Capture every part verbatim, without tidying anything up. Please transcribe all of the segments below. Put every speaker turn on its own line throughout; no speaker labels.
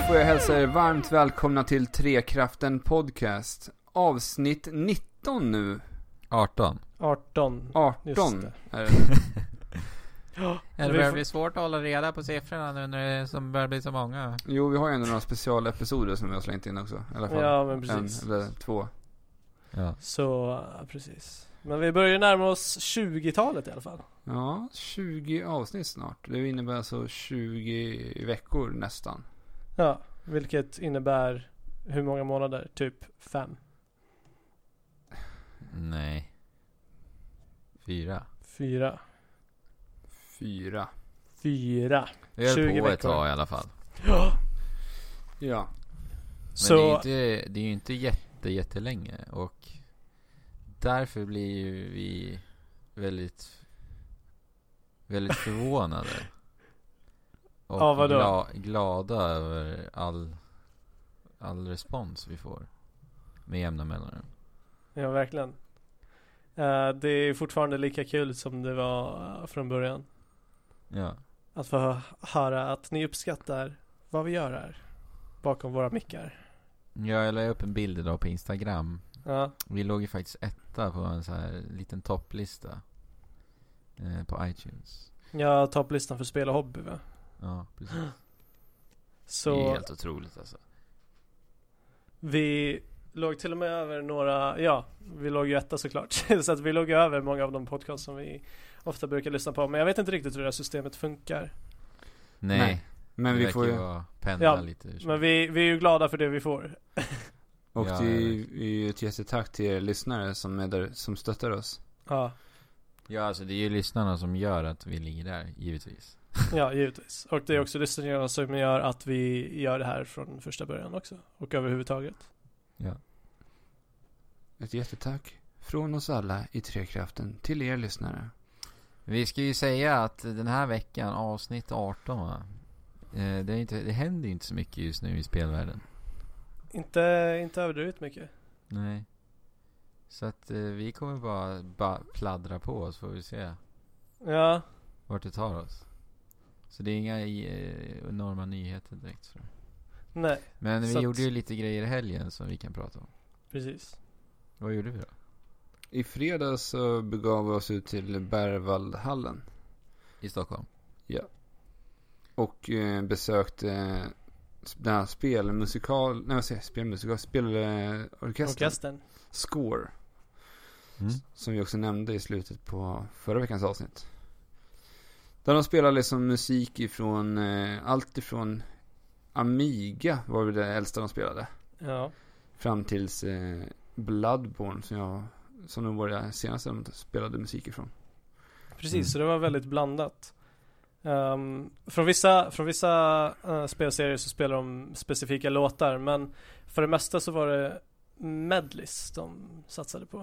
får jag hälsa er varmt välkomna till Trekraften podcast. Avsnitt nitton nu.
arton.
arton.
arton är det.
Ja, det börjar bli svårt att hålla reda på siffrorna nu när det som börjar bli så många.
Jo, vi har ju ändå några specialepisoder som vi har slängt in också. I alla fall.
Ja, men precis.
En eller två.
Ja.
Så, precis. Men vi börjar närma oss tjugotalet i alla fall.
Ja, tjugo avsnitt snart. Det innebär alltså tjugo veckor nästan.
Ja, vilket innebär hur många månader? Typ fem.
Nej. Fyra.
Fyra.
Fyra.
Fyra.
Vi höll
tjugo
på ett
veckor.
tag i alla fall.
Ja.
Ja.
Men
Så
det är ju inte, det är ju inte jätte, jättelänge. Och därför blir ju vi väldigt väldigt förvånade. Och
Ja, vadå?
gla, glada över all all respons vi får med jämna mellanrum.
Ja, verkligen. Uh, det är fortfarande lika kul som det var uh, från början.
Ja.
Att få hö- höra att ni uppskattar vad vi gör här bakom våra mickar.
Ja, jag la upp en bild idag på Instagram.
Ja.
Vi låg ju faktiskt etta på en så här liten topplista eh, på iTunes.
Ja, topplistan för spel och hobby, va?
Ja, precis.
Så
Det är helt otroligt alltså.
vi låg till och med över några, ja, vi låg ju etta såklart. Så att vi låg över många av de podcasts som vi ofta brukar lyssna på. Men jag vet inte riktigt hur det här systemet funkar.
Nej,
Nej, men
det
vi
verkar
får ju...
vara pendla
Ja,
lite.
Men vi, vi är ju glada för det vi får.
Och
Ja,
det är
jag
ju- är ju ett jättetack till er lyssnare som är där, som stöttar oss.
Ja,
Ja, alltså det är ju lyssnarna som gör att vi ligger där, givetvis.
ja, givetvis. Och det är också lyssnarna som gör att vi gör det här från första början också. Och överhuvudtaget.
Ja.
Ett jättetack från oss alla i Trekraften till er lyssnare.
Vi ska ju säga att den här veckan, avsnitt arton, va? Eh, det, är inte, det händer ju inte så mycket just nu i spelvärlden.
Inte, inte överdrivet mycket.
Nej. Så att eh, vi kommer bara, bara pladdra på oss, får vi se
Ja,
vart det tar oss. Så det är inga eh, enorma nyheter direkt. Så.
nej,
Men vi
Så att-
gjorde ju lite grejer i helgen som vi kan prata om.
precis.
Vad gjorde vi då?
I fredags så begav vi oss ut till Berwaldhallen.
I Stockholm?
Ja. Och eh, besökte eh, den här spelmusikal... Nej, vad säger jag? Spelmusikal? Spelorkestern.
Orkestern.
Score.
Mm.
Som vi också nämnde i slutet på förra veckans avsnitt. Där de spelar liksom musik ifrån... Eh, allt ifrån Amiga var det, det äldsta de spelade.
Ja,
Fram tills eh, Bloodborne som jag... Som nog var det senaste de spelade musik ifrån.
precis.
Mm.
Så det var väldigt blandat. Um, från vissa, från vissa uh, spelserier så spelar de specifika låtar. Men för det mesta så var det medleys de satsade på.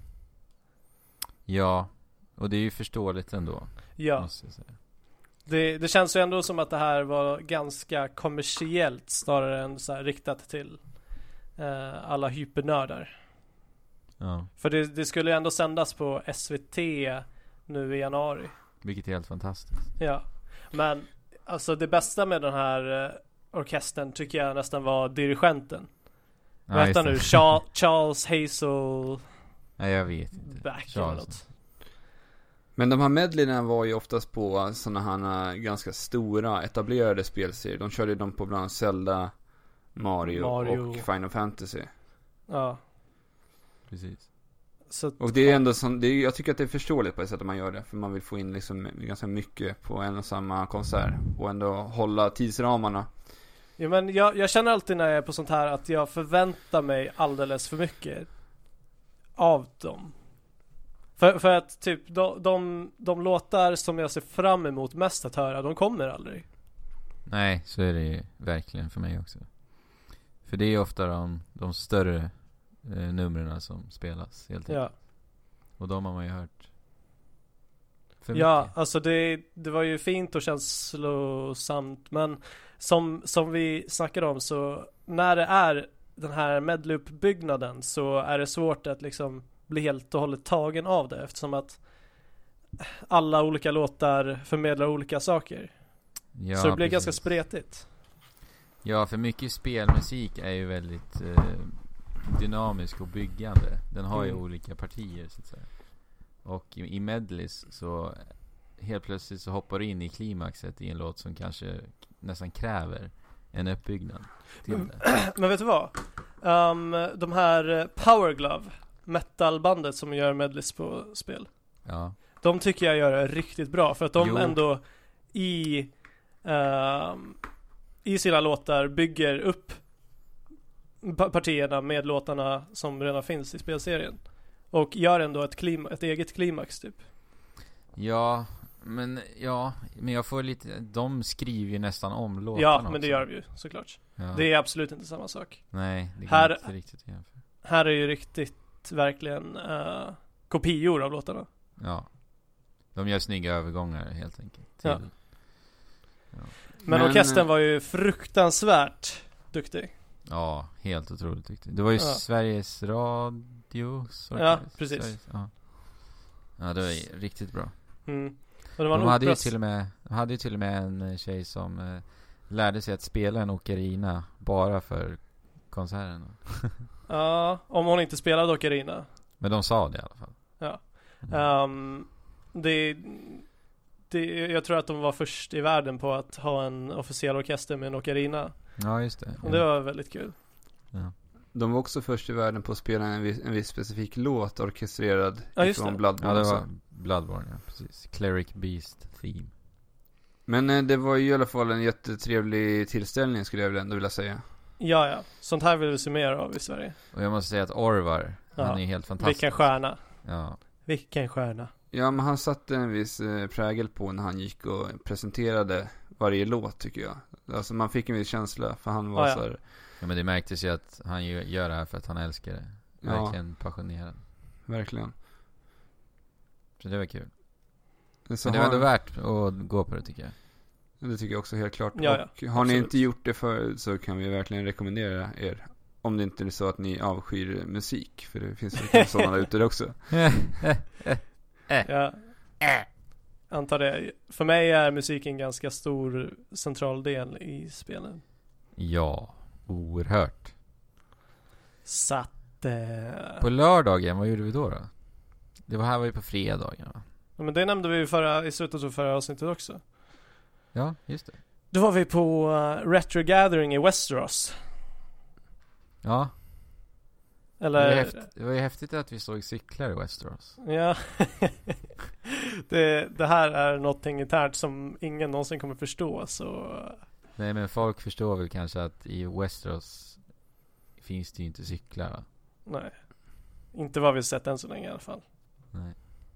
Ja, och det är ju förståeligt ändå,
Ja,
måste jag säga.
det, det känns ju ändå som att det här var ganska kommersiellt snarare än så här riktat till uh, alla hypernördar.
Ja,
För det, det skulle ju ändå sändas på S V T nu i januari.
vilket är helt fantastiskt.
Ja, men alltså det bästa med den här uh, orkestern tycker jag nästan var dirigenten.
Ja,
Vad heter
just
han nu?
det.
Charles, Charles Hazel
Nej, jag vet inte.
Back eller
Charles.
något.
Men de här medleyna var ju oftast på såna här ganska stora etablerade spelserier. De körde dem på bland annat Zelda, Mario,
Mario.
och Final Fantasy.
Ja,
Precis.
så att,
Och det är ändå som, det är, jag tycker att det är förståeligt på ett sätt att man gör det. För man vill få in liksom ganska mycket på en och samma konsert. Och ändå hålla tidsramarna.
ja, men jag, jag känner alltid när jag är på sånt här att jag förväntar mig alldeles för mycket av dem. För, för att typ de, de, de låtar som jag ser fram emot mest att höra, de kommer aldrig.
Nej, så är det ju verkligen för mig också. För det är ju ofta de, de större eh, numren som spelas helt enkelt.
Ja,
Och de har man ju hört för
ja
mycket.
alltså det, det var ju fint och känslosamt. Men som, som vi snackade om, så när det är den här medley-uppbyggnaden så är det svårt att liksom bli helt och hållet tagen av det, eftersom att alla olika låtar förmedlar olika saker.
Ja,
så det blir
precis.
ganska spretigt.
Ja, för mycket spelmusik är ju väldigt eh, dynamisk och byggande. Den har ju
Mm.
olika partier så att säga. Och i, i medleys så helt plötsligt så hoppar du in i klimaxet i en låt som kanske nästan kräver en uppbyggnad till det.
Men vet du vad? Um, de här Power Glove, metalbandet som gör medleys på spel,
Ja.
de tycker jag gör det riktigt bra. För att de
Jo.
ändå i um, i sina låtar bygger upp pa- partierna med låtarna som redan finns i spelserien. Och gör ändå ett, klima- ett eget klimax typ.
Ja, men ja, men jag får lite, de skriver ju nästan om låtarna
Ja, men
också.
det gör vi ju såklart.
Ja.
Det är absolut inte samma sak.
Nej, det går
Här-
inte riktigt jämföra.
Här är ju riktigt verkligen uh, kopior av låtarna.
Ja. De gör snygga övergångar helt enkelt. Till,
Ja.
ja.
Men,
Men-
orkestern var ju fruktansvärt duktig.
Ja, helt otroligt duktig. Det var ju
Ja.
Sveriges Radio.
Ja, precis.
Sveriges, ja. ja, det var riktigt bra.
Mm. Och det var
De
nog
hade ju
operas-
till och med, de hade ju till och med en tjej som eh, lärde sig att spela en ocarina bara för konserten.
Ja, om hon inte spelade Ocarina.
Men de sa det i alla fall.
Ja.
Mm.
Um, det, det, jag tror att de var först i världen på att ha en officiell orkester med en ocarina.
Ja, just det.
Och det var väldigt kul.
Ja.
De var också först i världen på att spela en viss, en viss specifik låt orkestrerad
Ja, just
från
det.
Bloodborne.
Ja, det
också.
var Bloodborne, ja, precis. Cleric Beast Theme.
Men eh, det var ju i alla fall en jättetrevlig tillställning skulle jag väl ändå vilja säga.
Ja, ja. Sånt här vill vi se mer av i Sverige.
Och jag måste säga att Orvar,
Ja.
han är helt fantastisk.
Vilken stjärna.
Ja.
Vilken stjärna.
Ja, men han satte en viss eh, prägel på när han gick och presenterade varje låt tycker jag. Alltså man fick en viss känsla för han var
Ja, ja.
så här,
ja, men det märktes ju att han ju gör det här för att han älskar det.
Ja.
Verkligen passionerad.
verkligen.
Så det var kul.
Så
Men det var
har-
ändå värt att gå på det tycker jag.
Det tycker jag också helt klart.
Ja, ja.
Och har ni
Absolut.
inte gjort det förut så kan vi verkligen rekommendera er. Om det inte är så att ni avskyr musik. För det finns ju sådana ute där också.
Ja. Antar det. För mig är musik en ganska stor central del i spelen.
Ja, oerhört.
Så att... Eh...
På lördagen, vad gjorde vi då då? Det var här var ju på fredagen, va?
Ja, men det nämnde vi ju förra, i slutet av förra avsnittet också.
Ja, just det.
Då var vi på uh, Retro Gathering i Westeros.
Ja, det var,
Eller...
ju häftigt, det var ju häftigt att vi såg cyklar i Westeros.
Ja. det, det här är någonting internt som ingen någonsin kommer förstå, så...
Nej, men folk förstår väl kanske att i Westeros finns det ju inte cyklar, va?
Nej. Inte vad vi sett än så länge i alla fall.
Nej.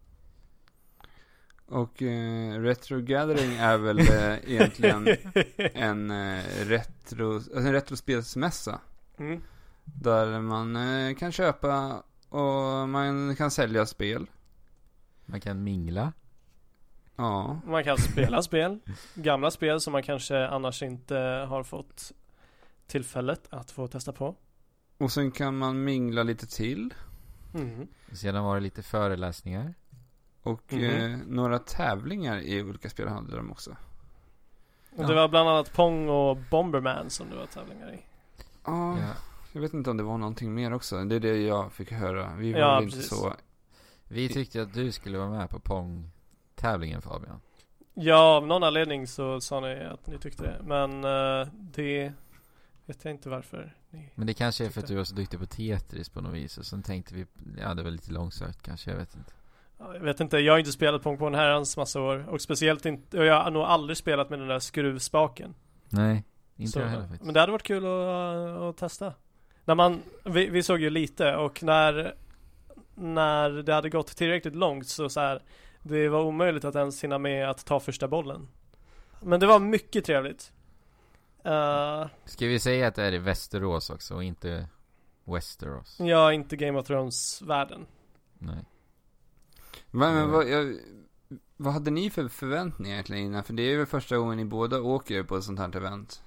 Och eh, Retro Gathering är väl eh, egentligen en eh, retro, alltså en retrospelsmässa.
Mm.
Där man eh, kan köpa och man kan sälja spel.
Man kan mingla.
Ja.
Man kan spela spel. Gamla spel som man kanske annars inte har fått tillfället att få testa på.
Och sen kan man mingla lite till.
Mm.
Sedan var det lite föreläsningar.
Och
Mhm.
eh, några tävlingar i olika spel hade de också.
Och det var bland annat Pong och Bomberman som det var tävlingar i.
Ja,
Ja.
jag vet inte om det var någonting mer också. Det är det jag fick höra. Vi var
Ja,
väl inte
precis.
så...
Vi tyckte att du skulle vara med på Pong-tävlingen, Fabian.
Ja, av någon anledning så sa ni att ni tyckte det. Men uh, det vet jag inte varför ni...
Men det kanske är för att
Tyckte.
du var så duktig på Tetris på något vis. Och sen tänkte vi, ja det var lite långsökt kanske, jag vet inte.
Ja, jag vet inte, jag har inte spelat Pong på en herrans massa år. Och speciellt inte, och jag har nog aldrig spelat med den där skruvspaken.
Nej, inte
Så,
jag heller faktiskt.
men det hade varit kul att, att testa. När man, vi, vi såg ju lite och när när det hade gått tillräckligt långt så, så här, det var omöjligt att ens hinna med att ta första bollen. Men det var mycket trevligt. Uh,
Ska vi säga att det är i Västerås också och inte Westeros?
ja, inte Game of Thrones-världen.
Nej.
Va, men
Mm.
vad, jag, vad hade ni för förväntningar egentligen innan? För det är väl första gången ni båda åker på ett sånt här event.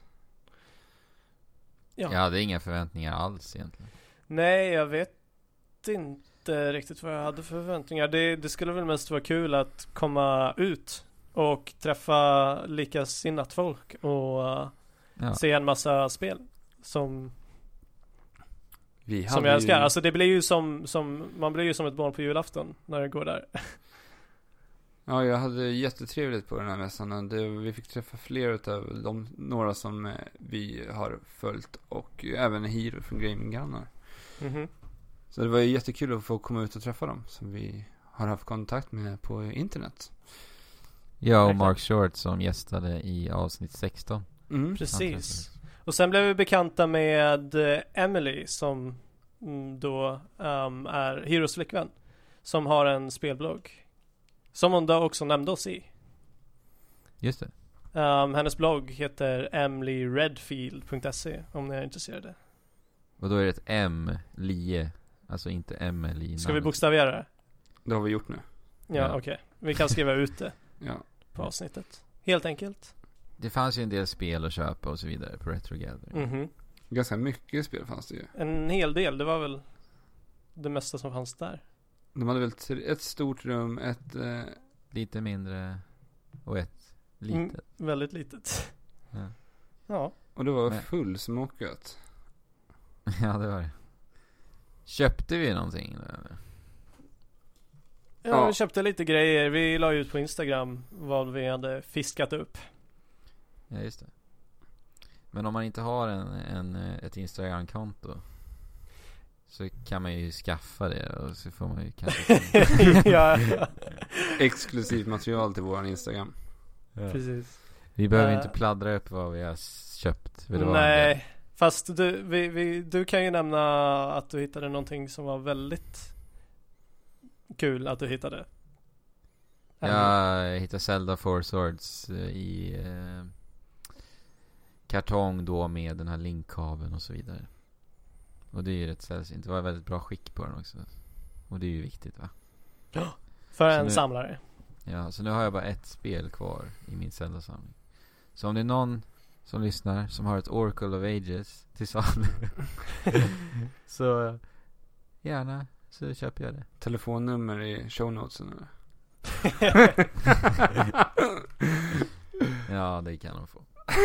Ja.
Jag hade inga förväntningar alls egentligen.
Nej, jag vet inte riktigt vad jag hade för förväntningar. Det, det skulle väl mest vara kul att komma ut och träffa likasinnat folk och uh,
Ja.
se en massa spel som,
Vi
som
hade
jag älskar.
ju...
Alltså det blir ju som, som man blir ju som ett barn på julafton när det går där.
Ja, jag hade jättetrevligt på den här mässan. Det, vi fick träffa fler av de, några som eh, vi har följt och även Hiro från Gaming-grannar.
Mhm.
Så det var ju jättekul att få komma ut och träffa dem som vi har haft kontakt med på internet.
Ja, och
Verkligen.
Mark Short som gästade i avsnitt sexton.
Mm.
Precis. Och sen blev vi bekanta med eh, Emily som mm, då um, är Heroes flickvän. Som har en spelblogg. Som hon då också nämnde oss i.
Just det.
Um, hennes blogg heter emily redfield punkt se om ni är intresserade.
Och då är det ett M, Lie. Alltså inte Emily i
Ska vi
namnet.
bokstavera det?
Det har vi gjort nu.
Ja,
Ja.
okej. Vi kan skriva ut det
Ja.
på avsnittet. Helt enkelt.
Det fanns ju en del spel att köpa och så vidare på Retro Gathering.
Mhm.
Ganska mycket spel fanns det ju.
En hel del. Det var väl det mesta som fanns där.
De hade väl tre- ett stort rum, ett... Eh,
Lite mindre och ett litet.
Mm, väldigt litet.
Ja.
Ja.
och det var
Men-
fullsmokat.
Ja, det var det. Köpte vi någonting? Eller?
Ja,
Ja.
vi köpte lite grejer. Vi la ut på Instagram vad vi hade fiskat upp.
Ja, just det. Men om man inte har en, en, ett Instagram-konto så kan man ju skaffa det och så får man ju kanske...
ja, ja,
Exklusivt material till våran Instagram.
Ja.
precis.
Vi behöver
Eh.
inte pladdra upp vad vi har köpt. För det var en
Nej,
del.
fast du, vi, vi, du kan ju nämna att du hittade någonting som var väldigt kul att du hittade.
Jag hittade Zelda Four Swords eh, i eh, kartong då med den här linkkabeln och så vidare. Och det är ju rätt sällsynt. Det var väldigt bra skick på den också. Och det är ju viktigt, va?
För
Så
en
nu-
samlare.
Ja, så nu har jag bara ett spel kvar i min Zelda-samling. Så om det är någon som lyssnar som har ett Oracle of Ages till salu så gärna så köper jag det.
Telefonnummer i show notesen eller?
Ja, det kan de få.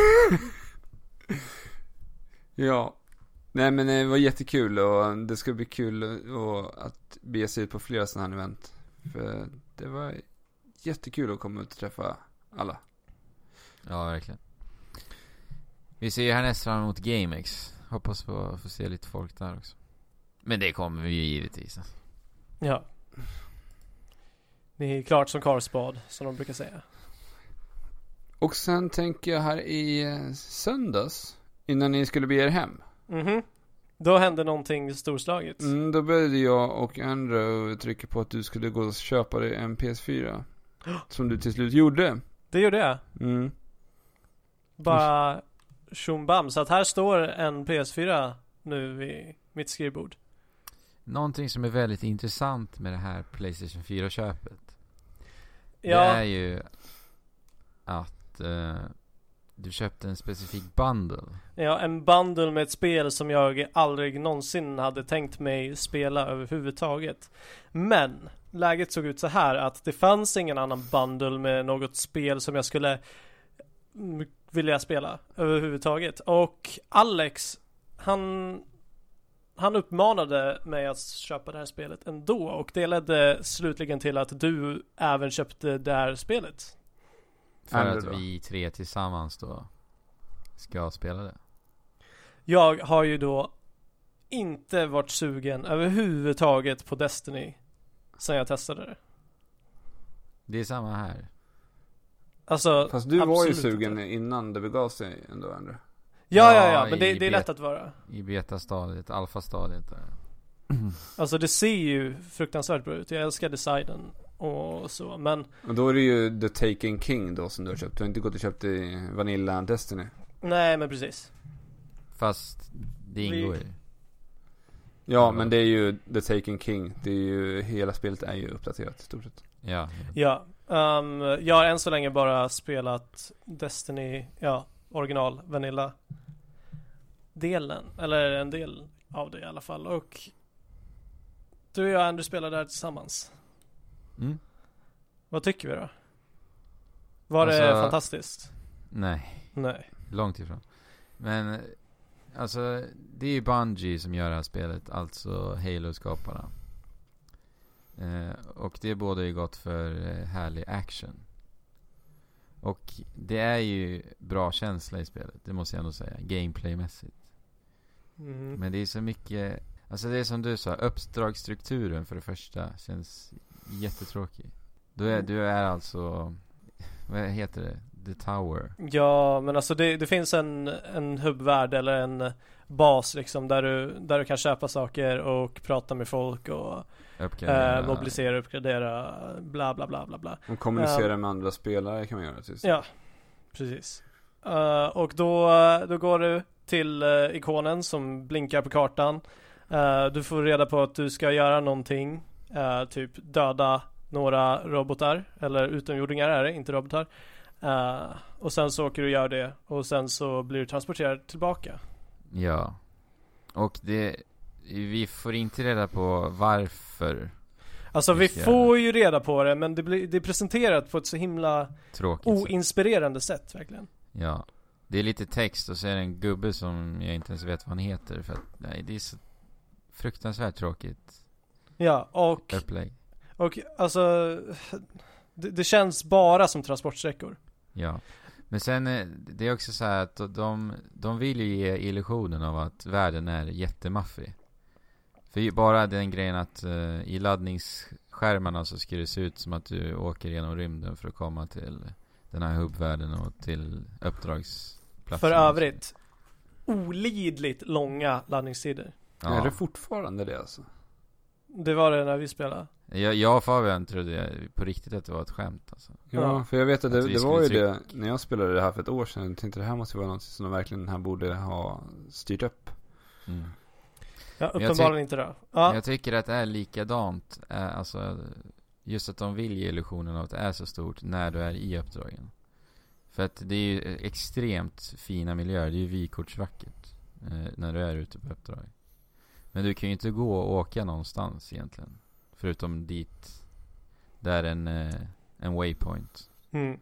Ja. Nej, men det var jättekul och det ska bli kul och att bege sig ut på flera sådana här event. För det var jättekul att komma ut och träffa alla.
Ja, verkligen. Vi ser ju härnäst fram emot GameX. Hoppas få, få se lite folk där också. Men det kommer vi ju givetvis.
Ja. Det är klart som karlsbad, som de brukar säga.
Och sen tänker jag här i eh, söndags, innan ni skulle bege er hem.
Mhm. Då hände någonting storslaget.
Mm, då började jag och Andrew trycka på att du skulle gå och köpa dig en P S fyra. Som du till slut gjorde.
Det gjorde jag.
Mm.
Bara tjombam. Så att här står en P S fyra nu vid mitt skrivbord.
Någonting som är väldigt intressant med det här PlayStation fyra-köpet.
Ja,
Det är ju att eh, du köpte en specifik bundle.
ja, en bundle med ett spel som jag aldrig någonsin hade tänkt mig spela överhuvudtaget. Men läget såg ut så här att det fanns ingen annan bundle med något spel som jag skulle mm, vilja spela överhuvudtaget. Och Alex, han han uppmanade mig att köpa det här spelet ändå, och det ledde slutligen till att du även köpte det här spelet.
För
Andrew
att
då?
vi tre tillsammans då ska spela det.
Jag har ju då inte varit sugen överhuvudtaget på Destiny sen jag testade det.
Det är samma här.
Alltså,
Fast du var ju
absolut
sugen
inte.
innan det begav sig ändå, Andrew.
Ja, ja,
Ja,
ja, men det,
i
det är
bet-
lätt att vara.
I beta-stadiet, alfa-stadiet där.
Alltså det ser ju fruktansvärt bra ut. Jag älskar designen och så, men
Och då är det ju The Taken King då som du har köpt. Du har inte gått och köpt i Vanilla Destiny.
nej, men precis.
Fast det
Vi-
ingår ju.
Ja, men det är ju The Taken King. Det är ju, hela spelet är ju uppdaterat i stort sett.
Ja.
Ja, um, jag har än så länge bara spelat Destiny, ja, original, Vanilla delen, eller en del av det i alla fall. Och du och jag, Andrew, spelar där tillsammans.
Mm.
Vad tycker vi då? Var det
Alltså-
fantastiskt?
Nej,
Nej.
långt ifrån. Men alltså det är ju Bungie som gör det här spelet, alltså Halo-skaparna. Eh, och det båda ju gott för eh, härlig action. Och det är ju bra känsla i spelet, det måste jag ändå säga, gameplaymässigt.
Mm.
Men det är så mycket, alltså det är som du sa, uppdragsstrukturen för det första känns jättetråkig. Du är, du är alltså, vad heter det? The Tower.
Ja, men alltså det, det finns en, en hubbvärld eller en bas liksom där du, där du kan köpa saker och prata med folk och eh, mobilisera, uppgradera, bla bla bla bla bla.
Och kommunicera um, med andra spelare kan man göra tills.
Ja, precis. Uh, och då, då går du till uh, ikonen som blinkar på kartan. Uh, du får reda på att du ska göra någonting, uh, typ döda några robotar, eller utomjordingar är det, inte robotar. Uh, och sen så åker du och gör det, och sen så blir du transporterad tillbaka.
Ja. Och det, vi får inte reda på varför.
Alltså vi får ju reda på det, men det blir det är presenterat på ett så himla
tråkigt
oinspirerande sätt. sätt verkligen.
Ja. Det är lite text och så är det en gubbe som jag inte ens vet vad han heter, för att nej, det är så fruktansvärt tråkigt.
Ja, och
upplägg.
Och alltså det, det känns bara som transportsträckor.
Ja. Men sen det är också så här att de, de vill ju ge illusionen av att världen är jättemaffig. För bara den grejen att uh, i laddningsskärmarna så ska det se ut som att du åker genom rymden för att komma till den här hubbvärlden och till uppdragsplatsen.
För övrigt olidligt långa laddningstider.
Ja. Är det fortfarande det alltså?
Det var det när vi spelade.
Jag, jag och Fabian trodde jag på riktigt att det var ett skämt alltså.
Ja, för jag vet att det, att det var ju tryck... det när jag spelade det här för ett år sedan. Jag tänkte det här måste vara något som de verkligen här borde ha styrt upp.
Mm. Ja, uppenbarligen ty- inte då. Ja.
Jag tycker att det är likadant. Äh, alltså, just att de vill ge illusionen av att det är så stort när du är i uppdragen. För att det är ju extremt fina miljöer. Det är ju vykortsvackert eh, när du är ute på uppdrag. Men du kan ju inte gå och åka någonstans egentligen. Förutom dit. Där en, eh, en waypoint.
Mm.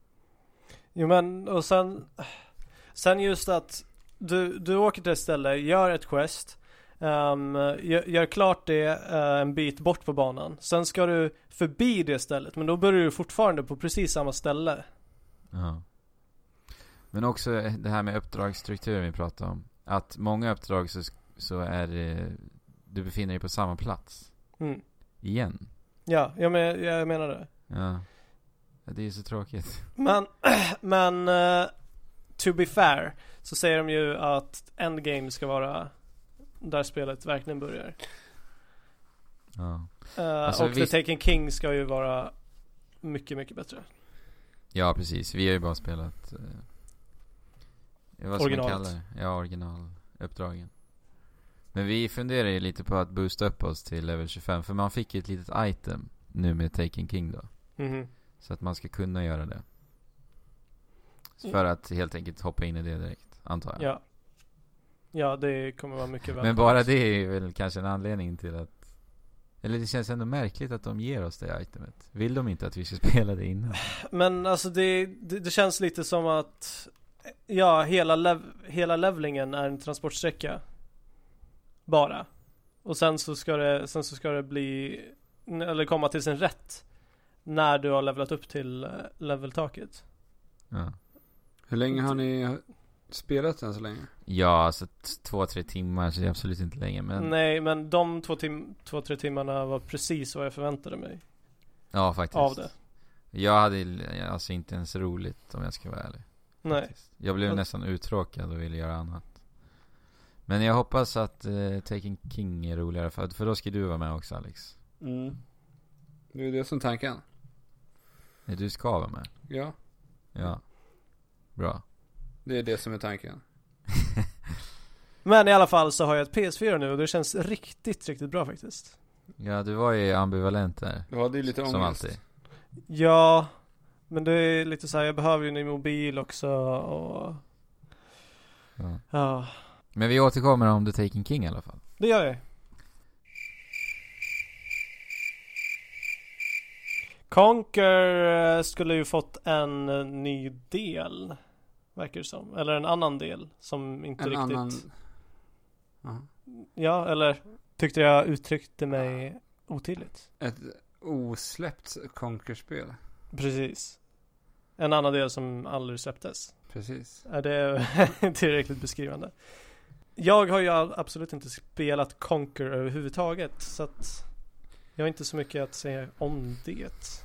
Jo men, och sen sen just att du, du åker till ett ställe, gör ett quest, um, gör, gör klart det uh, en bit bort på banan. Sen ska du förbi det stället, men då börjar du fortfarande på precis samma ställe.
Ja. Men också det här med uppdragsstrukturen vi pratade om. Att många uppdrag så, så är det, du befinner dig på samma plats.
Mm.
Igen.
Ja, jag, men, jag menar det.
Ja. Det är så tråkigt.
Men, men uh, to be fair så säger de ju att endgame ska vara där spelet verkligen börjar.
Ja.
Uh,
alltså,
och
vi...
The Taken King ska ju vara mycket, mycket bättre.
Ja, precis. Vi har ju bara spelat uh, vad som man kallar, ja, originaluppdragen. Men vi funderar ju lite på att boosta upp oss till level tjugofem. För man fick ju ett litet item nu med Taken King då.
Mm-hmm.
Så att man ska kunna göra det. För att helt enkelt hoppa in i det direkt, antar jag.
Ja. Ja, det kommer vara mycket väl.
Men bara det är väl kanske en anledning till att... Eller det känns ändå märkligt att de ger oss det itemet. Vill de inte att vi ska spela det innan?
Men alltså det, det, det känns lite som att... Ja, hela, lev, hela levelingen är en transportsträcka. Bara. Och sen så ska det, sen så ska det bli... Eller komma till sin rätt. När du har levlat upp till leveltaket.
Ja.
Hur länge har ni spelat än så länge?
Ja, alltså t- två, tre timmar så det är absolut inte länge. Men...
Nej, men de två, tim- två, tre timmarna var precis vad jag förväntade mig.
Ja, faktiskt.
Av det.
Jag hade alltså inte ens roligt om jag ska vara ärlig.
Nej.
Faktiskt. Jag blev nästan uttråkad och ville göra annat. Men jag hoppas att uh, Taken King är roligare för, för då ska du vara med också, Alex.
Mm. Det är det som tanken.
Nej, du ska vara med.
Ja.
Ja. Bra.
Det är det som är tanken.
Men i alla fall så har jag ett P S fyra nu och det känns riktigt, riktigt bra faktiskt.
Ja, du var ju ambivalent där.
Du hade ju lite ångest.
Som alltid.
Ja, men det är lite så här, jag behöver ju en ny mobil också och...
Ja.
Ja.
Men vi återkommer om The Taken King i alla fall.
Det gör jag. Conquer skulle ju fått en ny del. verkar det som. Eller en annan del som inte
En
riktigt...
annan... Ja.
Ja, eller tyckte jag uttryckte mig otydligt.
Ett osläppt Conquer-spel.
Precis. En annan del som aldrig släpptes.
Precis.
Är det tillräckligt beskrivande? Jag har ju absolut inte spelat Conquer överhuvudtaget, så att jag har inte så mycket att säga om det.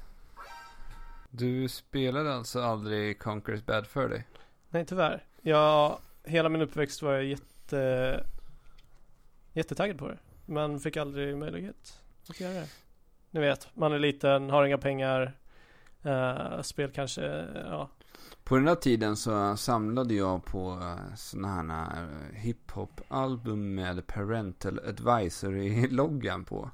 Du spelade alltså aldrig Conquer's Bad Fur Day?
Nej, tyvärr. Jag, hela min uppväxt var jag jätte jättetaggad på det, men fick aldrig möjlighet att göra det. Ni vet, man är liten, har inga pengar, uh, spel kanske, ja.
På den där tiden så samlade jag på sådana här hiphop-album med Parental Advisory-loggan på.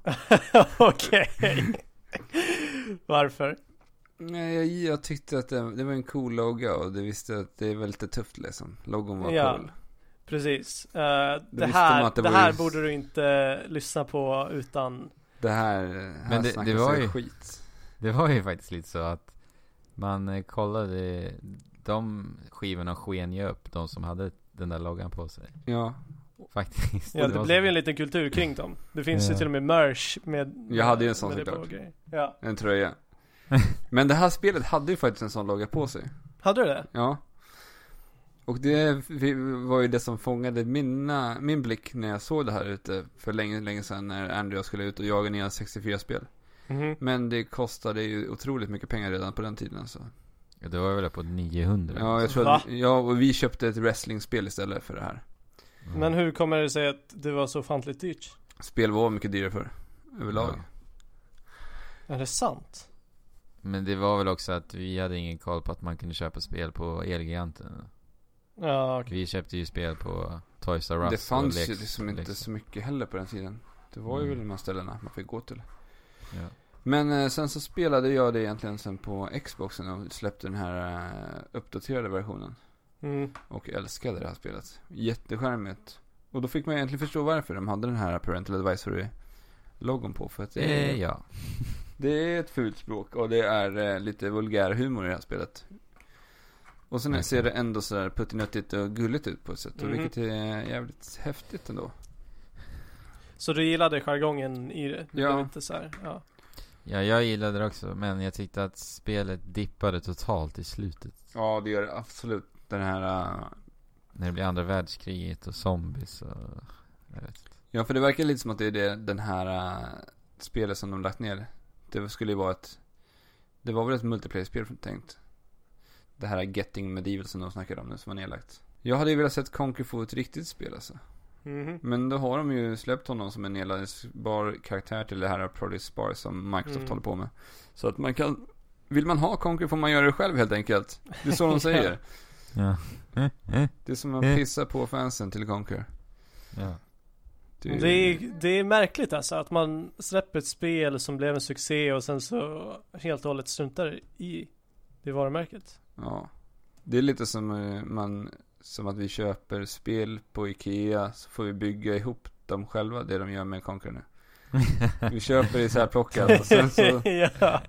Okej. Varför?
Nej, jag, jag tyckte att det, det var en cool logga och det visste att det var lite tufft liksom. Loggon var
Ja,
cool.
Precis. Uh, det,
det
här,
det
det här
ju...
borde du inte lyssna på utan...
Det här, här
Men det, det var ju
skit.
Det var ju faktiskt lite så att man eh, kollade, de skivorna sken ju upp, de som hade den där loggan på sig.
Ja.
Faktiskt.
Ja, det,
det
blev
så...
ju en liten kultur kring dem. Det finns
ja.
ju till och med merch med...
Jag hade ju en sån
såklart. Ja.
En tröja. Men det här spelet hade ju faktiskt en sån logga på sig.
Hade du det?
Ja. Och det var ju det som fångade mina, min blick när jag såg det här ute för länge, länge sedan när Andrew och jag skulle ut och jaga ner sextiofyra-spel.
Mm-hmm.
Men det kostade ju otroligt mycket pengar redan på den tiden så.
Ja, det var väl på niohundra.
Ja, jag tror att vi, ja, och vi köpte ett wrestlingspel istället för det här.
Mm. Men hur kommer det sig att det var så fantligt dyrt?
Spel var mycket dyrare för överlag.
Ja. Är det sant?
Men det var väl också att vi hade ingen koll på att man kunde köpa spel på Elgiganten.
Ja, okay.
Vi köpte ju spel på Toys R Us.
Det fanns
och
ju
Lex,
liksom inte
Lex.
så mycket heller på den tiden. Det var ju
Mm.
väl de här ställena man fick gå till.
Ja.
Men eh, sen så spelade jag det egentligen sen på Xboxen och släppte den här eh, uppdaterade versionen.
Mm.
Och älskade det här spelet. Jätteskärmigt. Och då fick man egentligen förstå varför de hade den här Parental Advisory-logon på. För att det är,
Eh, ja.
det är ett fult språk och det är eh, lite vulgär humor i det här spelet. Och sen
Okay.
ser det ändå sådär puttinuttigt och gulligt ut på ett sätt.
Mm.
Och vilket är jävligt häftigt ändå.
Så du gillade jargongen i det? Det
Ja.
blev inte så här, ja.
Ja, jag gillade det också. Men jag tyckte att spelet dippade totalt i slutet.
Ja, det gör det absolut. Den här... Uh...
När det blir andra världskriget och zombies och... Jag vet inte.
Ja, för det verkar lite som att det är det, den här uh, spelet som de lagt ner. Det skulle ju vara ett... Det var väl ett multiplayer-spel tänkt. Det här Getting Medieval som de snackade om nu som var nedlagt. Jag hade ju velat sett Conquer få ett riktigt spel alltså.
Mm-hmm.
Men då har de ju släppt honom som en nedladdningsbar karaktär till det här Project Spar som Microsoft
Mm.
håller på med. Så att man kan... Vill man ha Conquer får man göra det själv helt enkelt. Det är så de säger.
Ja. Eh, eh,
Det är som att pissa på fansen till Conquer.
ja.
Det
Det är, det är märkligt alltså att man släpper ett spel som blev en succé och sen så helt och hållet struntar i det varumärket.
Ja. Det är lite som eh, man som att vi köper spel på Ikea så får vi bygga ihop dem själva, det de gör med Conquer nu. Vi köper i så här plockat och sen så
ja.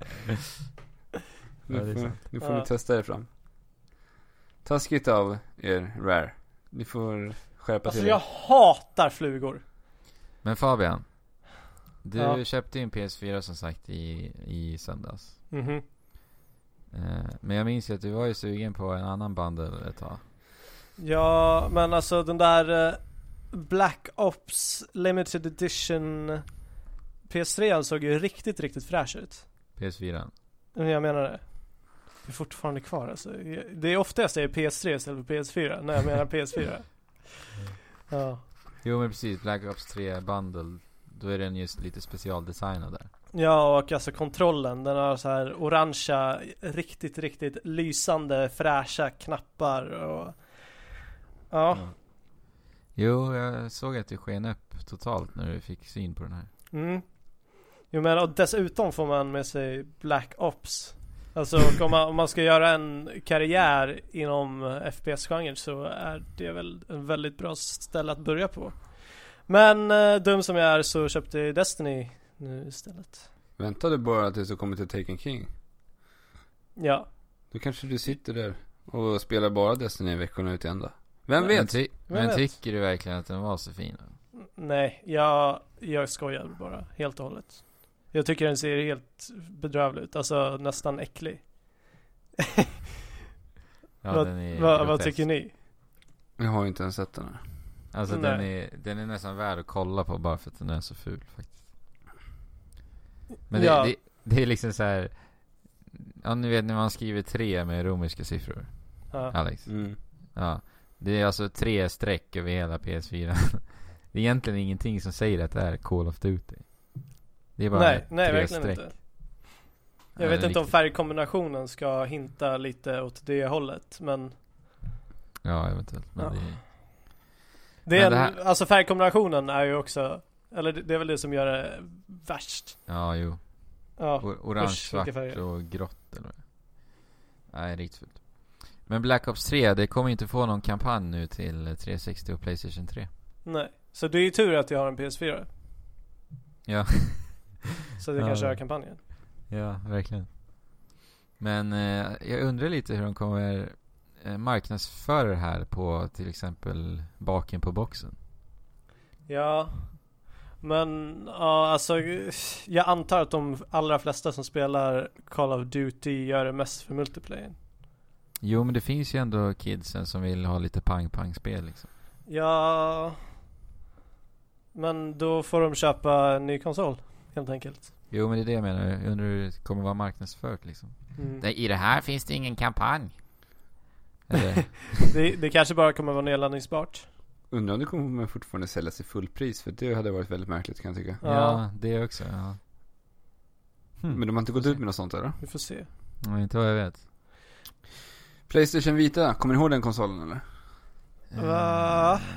nu
Ja, det är
får,
sant.
nu får
Ja.
ni testa er fram. Taskigt av er, Rare. Ni får skärpa
Alltså
till
jag
er.
hatar flugor.
Men Fabian, du
Ja.
köpte ju en P S fyra som sagt i, i söndags.
Mhm.
Eh, men jag minns ju att du var ju sugen på en annan bundle ett tag.
Ja, men alltså den där eh, Black Ops Limited Edition P S tre såg ju riktigt, riktigt fräsch ut.
P S fyra.
Men jag menar det. Det är fortfarande kvar alltså. Det är ofta jag säger P S tre istället för P S fyra när jag menar P S fyra. Ja.
Jo men precis, Black Ops tre bundle. Då är den just lite specialdesignad där.
Ja, och alltså kontrollen, den har så här orangea, riktigt, riktigt lysande, fräscha knappar och ja.
Ja. Jo, jag såg att det sken upp totalt när du fick syn på den här.
Mm. Jo men och dessutom får man med sig Black Ops. Alltså om man, om man ska göra en karriär inom F P S-genren så är det väl en väldigt bra ställe att börja på. Men eh, dum som jag är så köpte jag Destiny nu istället.
Vänta du bara tills du kommer till Taken King.
Ja.
Då kanske du sitter där Och spelar bara Destiny veckorna ut i ända. Vem
Men,
vet?
ty-
Vem
men
vet?
tycker du verkligen att den var så fin?
Nej, jag, jag skojar bara helt och hållet. Jag tycker den ser helt bedrövlig ut. Alltså nästan äcklig.
Ja,
vad,
den är
vad, vad
grotesk.
tycker ni?
Jag har inte ens sett den här.
Alltså
Nej.
den är, den är nästan värd att kolla på bara för att den är så ful faktiskt. Men det,
Ja.
det, det är liksom så här. Ja, ni vet när man skriver tre med romerska siffror,
Ja.
Alex.
Mm.
Ja, det är alltså tre streck över hela P S fyra. Det är egentligen ingenting som säger att det är Call of Duty. Det är bara
Nej, nej
tre
verkligen
streck.
inte.
Ja,
Jag vet
det är
inte om
riktigt-
färgkombinationen ska hinta lite åt det hållet, men
Ja, eventuellt. Men
Ja.
det är...
det är
Men
en,
det
alltså färgkombinationen är ju också, eller det, det är väl det som gör det värst.
Ja, jo.
Ja,
O- orange,
usch, vilka
svart
färger.
och grått eller vad det är. Nej, riktigt fult. Men Black Ops tre, det kommer inte få någon kampanj nu till tre sextio och PlayStation tre.
nej. Så det är ju tur att jag har en P S fyra.
Ja.
Så vi kan
Ja.
köra kampanjen.
Ja, verkligen. Men eh, jag undrar lite hur de kommer eh, marknadsföra det här på till exempel baken på boxen.
Ja. Men ja, alltså jag antar att de allra flesta som spelar Call of Duty gör det mest för multiplayer.
Jo, men det finns ju ändå kidsen som vill ha lite pang-pang-spel liksom.
Ja. Men då får de köpa en ny konsol helt enkelt.
Jo, men det är det jag menar. Jag undrar hur det kommer vara marknadsfört liksom.
Mm.
Nej, i det här finns det ingen kampanj. Eller?
Det, det kanske bara kommer vara nedladdningsbart.
Undrar om det kommer fortfarande säljas i fullpris. För det hade varit väldigt märkligt, kan jag tycka.
Ja.
Ja, det också. Ja. Hmm.
Men de har inte gått ut med något sånt eller?
Vi får se.
Nej, inte vad jag vet.
PlayStation Vita, kommer ni ihåg den konsolen eller?
Va?
Eh,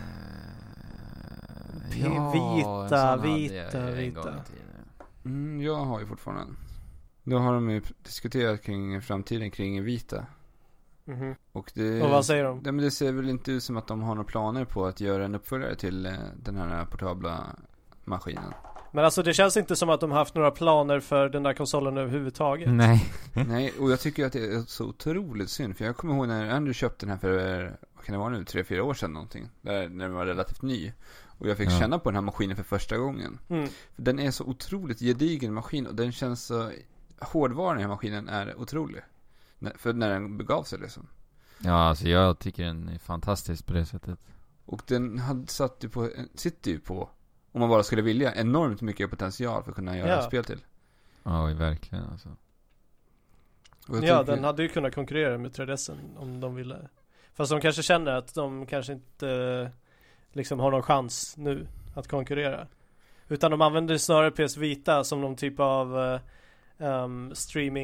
P-
ja,
vita,
en sån hade jag
vita,
ju en
vita.
gång i tiden.
Mm, jag har ju fortfarande den. Då har de ju diskuterat kring framtiden kring Vita.
Mhm.
Och det,
Och vad säger de?
Ja, men det ser väl inte ut som att de har några planer på att göra en uppföljare till eh, den här portabla maskinen.
Men alltså det känns inte som att de har haft några planer för den där konsolen överhuvudtaget.
Nej.
Nej, och jag tycker att det är så otroligt synd. För jag kommer ihåg när Andrew köpte den här för, vad kan det vara nu, tre, fyra år sedan någonting. Där, när den var relativt ny. Och jag fick
Ja.
känna på den här maskinen för första gången.
Mm.
För den är så otroligt gedigen maskin. Och den känns så, hårdvaran i den här maskinen är otrolig. När- För när den begav sig liksom.
Ja, alltså jag tycker den är fantastisk på det sättet.
Och den hade satt ju på, sitter ju på, om man bara skulle vilja, enormt mycket potential för att kunna göra
Ja.
ett spel till.
Ja, verkligen alltså.
Och jag
Ja,
tycker-
den hade ju kunnat konkurrera med tre D S om de ville. Fast de kanske känner att de kanske inte liksom har någon chans nu att konkurrera. Utan de använder snarare P S Vita som någon typ av uh, um,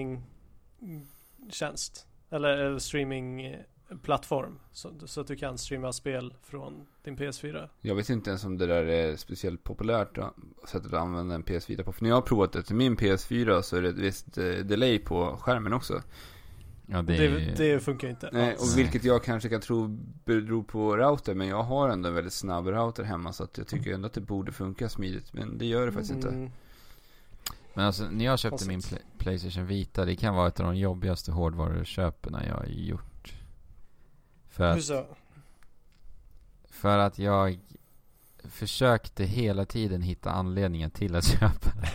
streamingtjänst. Eller uh, streamingplattform. Så, så att du kan streama spel från din P S fyra.
Jag vet inte ens om det där är speciellt populärt då, sättet att använda en P S fyra på. För när jag har provat det till min P S fyra så är det ett visst eh, delay på skärmen också.
Ja, det,
Det,
är ju...
det funkar inte
Nej,
alls.
och vilket jag kanske kan tro beror på router. Men jag har ändå en väldigt snabb router hemma. Så att jag tycker ändå att det borde funka smidigt. Men det gör det faktiskt inte.
Mm.
Men alltså, när jag köpte
Konstigt.
min Play- Playstation Vita, det kan vara ett av de jobbigaste hårdvaruköpen jag har gjort. För
Hur
att,
så?
för att jag försökte hela tiden hitta anledningen till att köpa det.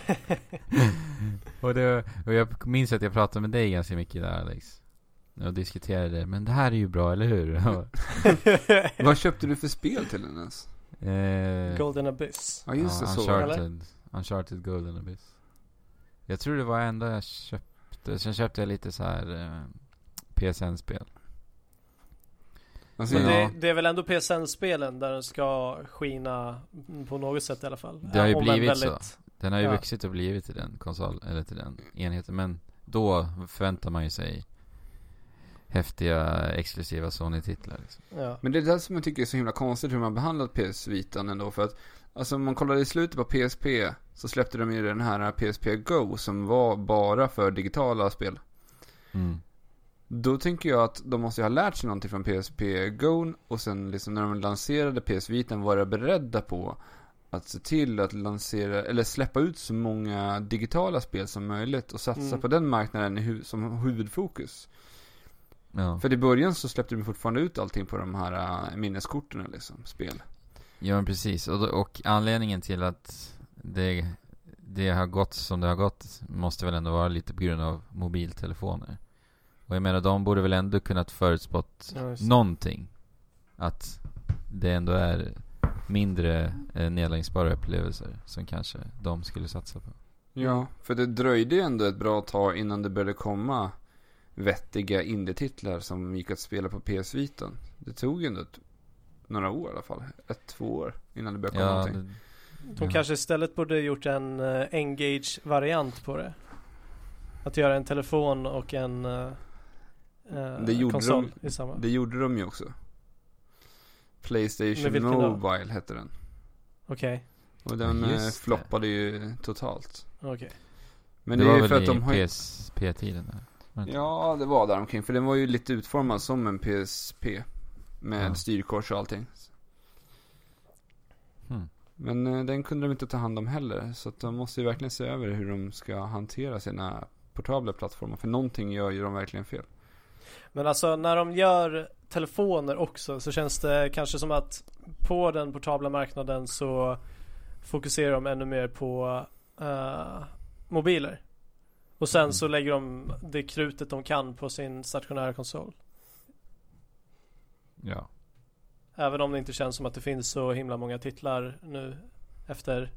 och, det och jag minns att jag pratade med dig ganska mycket där, Alex. Och diskuterade, men det här är ju bra, eller hur?
Vad köpte du för spel till den ens?
eh,
Golden Abyss.
Ja just det,
ja,
så.
Uncharted, Uncharted Golden Abyss. Jag tror det var enda jag köpte. Sen köpte jag lite så här eh, P S N-spel.
Alltså,
Men
ja.
det, det är väl ändå P S N-spelen där den ska skina på något sätt i alla fall.
Det har ju
Om än
blivit
väldigt-
så. Den har ju
Ja.
vuxit och blivit till den konsol, eller till den enheten. Men då förväntar man ju sig häftiga exklusiva Sony-titlar liksom.
Ja.
Men det är det som jag tycker är så himla konstigt hur man behandlat P S Vitan ändå. För att, alltså om man kollar i slutet på P S P så släppte de ju den här P S P Go som var bara för digitala spel.
Mm.
Då tänker jag att de måste ju ha lärt sig någonting från P S P Go. Och sen liksom när de lanserade P S Vitan var de beredda på att se till att lansera, eller släppa ut så många digitala spel som möjligt och satsa
Mm.
på den marknaden i hu- som huvudfokus.
Ja.
För i början så släppte de fortfarande ut allting på de här uh, minneskorten liksom, spel.
Ja, men precis. Och, och anledningen till att det, det har gått som det har gått måste väl ändå vara lite på grund av mobiltelefoner. Och jag menar, de borde väl ändå kunnat förutspått
Ja,
någonting. Att det ändå är mindre eh, nedladdningsbara upplevelser som kanske de skulle satsa på.
Ja, för det dröjde ju ändå ett bra tag innan det började komma vettiga indie-titlar som gick att spela på P S Vitan. Det tog ju ändå ett, några år i alla fall. Ett, två år innan det började komma
Ja,
någonting.
det,
De
ja.
kanske istället borde gjort en uh, Engage-variant på det. Att göra en telefon och en uh,
Det gjorde
konsol
de-
i samma.
Det gjorde de ju också. PlayStation
Men vilken då?
Mobile hette den.
Okej,
Och den
Ja,
eh,
just det.
floppade ju totalt.
okej.
Men
det
det, är
var
ju
väl
för att
i
de har
P
ju...
S P-tiden där. Var det inte?
Ja, det var där omkring. För den var ju lite utformad som en P S P. Med
Ja.
styrkors och allting.
Hmm.
Men eh, den kunde de inte ta hand om heller. Så att de måste ju verkligen se över hur de ska hantera sina portabla plattformar. För någonting gör ju de verkligen fel.
Men alltså när de gör telefoner också så känns det kanske som att på den portabla marknaden så fokuserar de ännu mer på uh, mobiler. Och sen
Mm.
så lägger de det krutet de kan på sin stationära konsol.
Ja.
Även om det inte känns som att det finns så himla många titlar nu efter...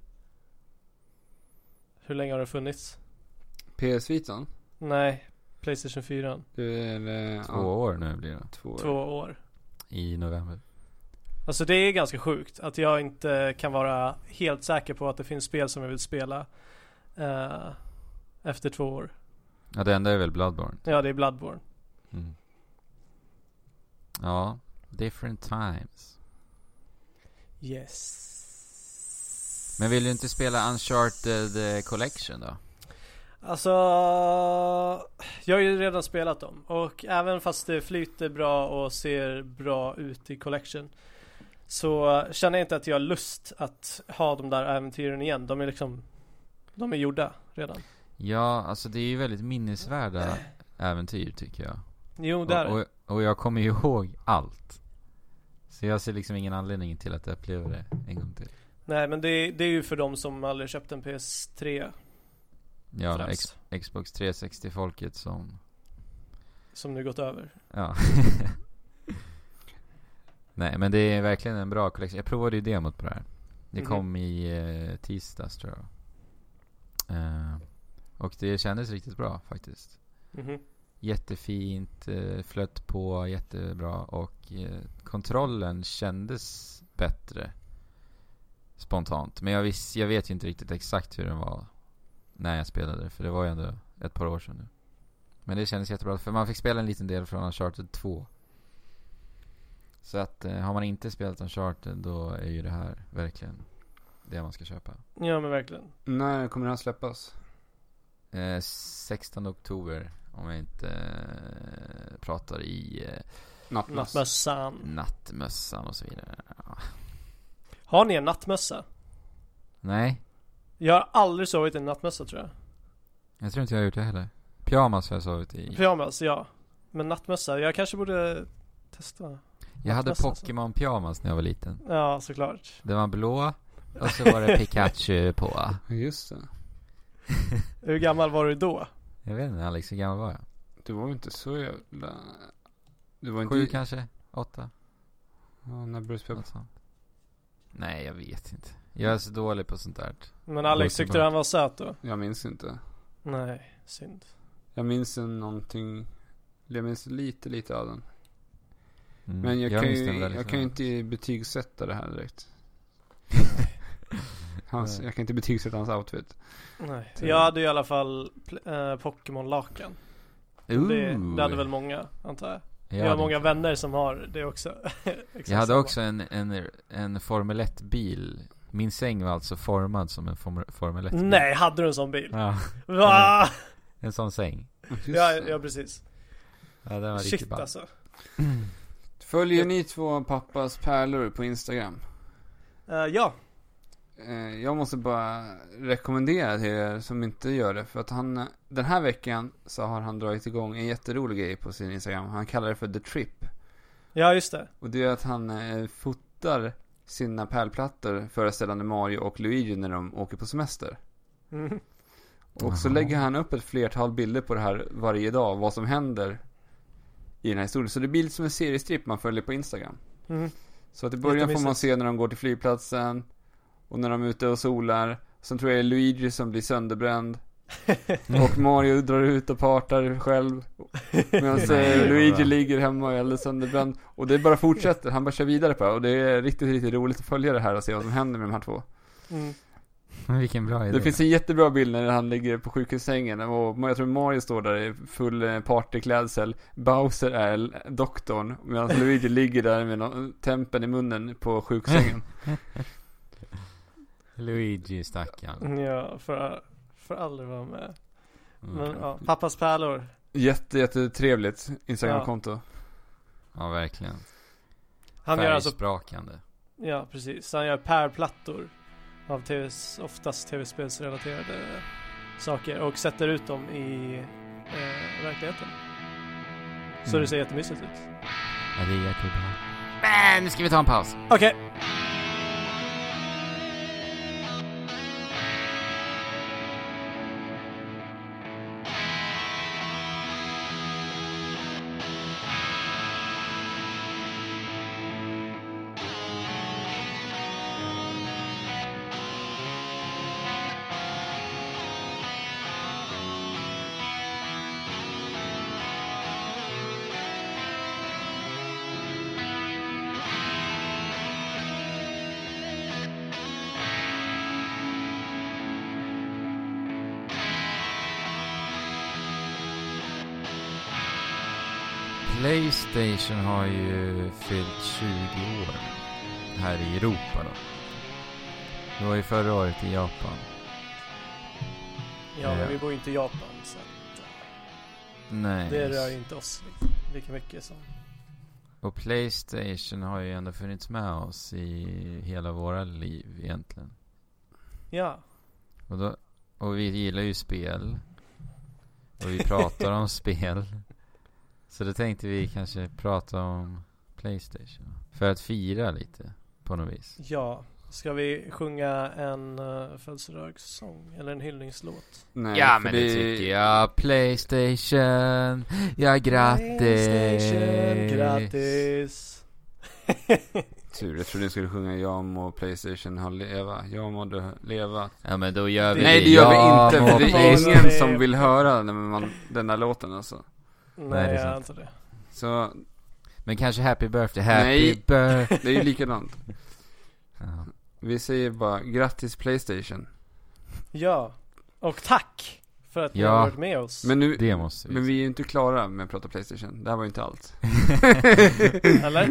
Hur länge har det funnits?
P S Vitan?
Nej, PlayStation fyra.
Det är eh,
Två
ja,
år nu blir det.
två år.
Två år.
I november.
Alltså det är ganska sjukt att jag inte kan vara helt säker på att det finns spel som jag vill spela eh, efter två år.
Ja, det enda är väl Bloodborne.
Ja, det är Bloodborne.
Mm. Ja, different times.
Yes.
Men vill du inte spela Uncharted Collection då?
Alltså, jag har ju redan spelat dem. Och även fast det flyter bra och ser bra ut i Collection, så känner jag inte att jag har lust att ha de där äventyren igen. De är liksom, de är gjorda redan.
Ja, alltså det är ju väldigt minnesvärda äventyr tycker jag.
Jo, där.
Och, och, och jag kommer ju ihåg allt. Så jag ser liksom ingen anledning till att uppleva det en gång till.
Nej, men det, det är ju för dem som aldrig köpt en P S tre
Ja,
främst.
X, Xbox tre sextio-folket som...
som nu gått över.
Ja. Nej, men det är verkligen en bra collection. Jag provade ju demot på det här. Det
Mhm.
kom i eh, tisdags tror jag. Eh, och det kändes riktigt bra faktiskt.
Mhm.
Jättefint, eh, flöt på jättebra. Och eh, kontrollen kändes bättre spontant. Men jag, vis, jag vet ju inte riktigt exakt hur den var när jag spelade. För det var ju ändå ett par år sedan nu. Men det kändes jättebra. För man fick spela en liten del från Uncharted två. Så att eh, har man inte spelat Uncharted, då är ju det här verkligen det man ska köpa.
Ja, men verkligen.
När kommer den här släppas?
Eh, sextonde oktober, om jag inte eh, pratar i eh,
Nattmass.
Nattmössan.
nattmössan och så vidare. Ja.
Har ni en nattmössa?
Nej,
Jag har aldrig sovit i en nattmössa, tror jag.
jag tror inte jag har gjort det heller. Pyjamas har jag sovit i.
Pyjamas, ja. Men nattmössa, jag kanske borde testa.
Jag hade
nattmössa, alltså.
Pokémon pyjamas när jag var liten.
Ja, såklart.
Det var blå och så var det Pikachu på.
Just det.
Hur gammal var du då?
Jag vet inte, Alex, hur gammal var jag?
Du var ju inte så jävla... Du var inte...
Sju kanske? Åtta?
Ja, när började du spela?
Något sånt. Nej, jag vet inte. Jag är så dålig på sånt där.
Men Alex,
Gå
tyckte
tillbaka.
du han var söt då?
Jag minns inte.
Nej, synd.
Jag minns en någonting... Jag minns lite, lite av den.
Mm.
Men jag, kan
minns
ju,
den väldigt
jag kan ju
väl.
inte betygsätta det här direkt. Hans, jag kan inte betygsätta hans outfit.
Nej.
Tur.
Jag hade i alla fall pl- äh, Pokémon-lakan.
Ooh.
Det, det hade väl många, antar jag.
Jag
Jag har
hade
många
inte.
vänner som har det också. Exakt
Jag hade
samma.
också en, en, en Formel ett-bil. Min säng var alltså formad som en form, Formel ett-bil.
Nej, hade du en sån bil?
Ja,
Va?
en sån säng.
Just
Ja,
det.
ja, precis.
Ja, den var riktigt
Shit
ball.
alltså.
Följer ni två pappas pärlor på Instagram?
Uh, ja.
eh, jag måste bara rekommendera till er som inte gör det. För att han, den här veckan så har han dragit igång en jätterolig grej på sin Instagram. Han kallar det för The Trip.
Ja, just det.
Och det är att han eh, fotar sina pärlplattor föreställande Mario och Luigi när de åker på semester.
Mm.
Och så lägger han upp ett flertal bilder på det här varje dag. Vad som händer i den här historien. Så det blir lite som en seriestripp man följer på Instagram.
Mm.
Så att i början får man se när de går till flygplatsen. Och när de är ute och solar. Sen tror jag det är Luigi som blir sönderbränd. Och Mario drar ut och partar själv. Medan Luigi ligger hemma och är alldeles sönderbränd. Och det bara fortsätter, han bara kör vidare på. Och det är riktigt, riktigt roligt att följa det här och se vad som händer med de här två.
Mm.
Vilken bra idé.
Det finns en jättebra bild när han ligger på sjukhussängen. Och jag tror Mario står där i full partyklädsel. Bowser är doktorn. Medan Luigi ligger där med någon tempen i munnen på sjuksängen.
Luigi stackarn.
Ja, för, för aldrig vara med. Men
Mm.
ja, pappas pärlor.
Jätte, jättetrevligt Instagram-konto.
Ja, verkligen.
Han gör alltså,
Färgsprakande.
ja precis, han gör pärlplattor av T V, oftast tv-spelsrelaterade saker och sätter ut dem i eh, verkligheten. Så
Mm.
det ser jättemysigt ut.
Ja, det är jättebra. Men nu ska vi ta en paus.
Okej.
PlayStation har ju fyllt tjugo år här i Europa då. Det var ju förra året i Japan.
Ja, men
Ja.
vi bor ju inte i Japan så att,
Nej.
det rör ju inte oss lika, lika mycket som.
Och PlayStation har ju ändå funnits med oss i hela våra liv egentligen.
Ja.
Och, då, och vi gillar ju spel. Och vi pratar om spel. Så då tänkte vi kanske prata om PlayStation. För att fira lite på något vis.
Ja. Ska vi sjunga en uh, födelsedagssång eller en hyllningslåt?
Nej,
Ja,
för
men det tycker jag. PlayStation. Ja, grattis.
PlayStation, grattis.
Tur, jag trodde ni skulle sjunga Jag må PlayStation ha leva. Jag må du leva.
Ja, men då gör vi
Nej,
det.
det gör
Ja,
vi inte.
må
För det är
PlayStation.
ingen som vill höra när man, den här låten alltså.
Nej,
Nej, det är
jag
sant.
antar det.
Så
Men kanske Happy Birthday. Happy
Nej.
Birthday.
det är ju likadant.
Ja.
Vi säger bara grattis PlayStation.
Ja. Och tack för att ni
Ja.
har varit med oss.
Men nu,
Det måste vi.
men vi är ju inte klara med att prata PlayStation. Det här var ju inte allt.
Eller?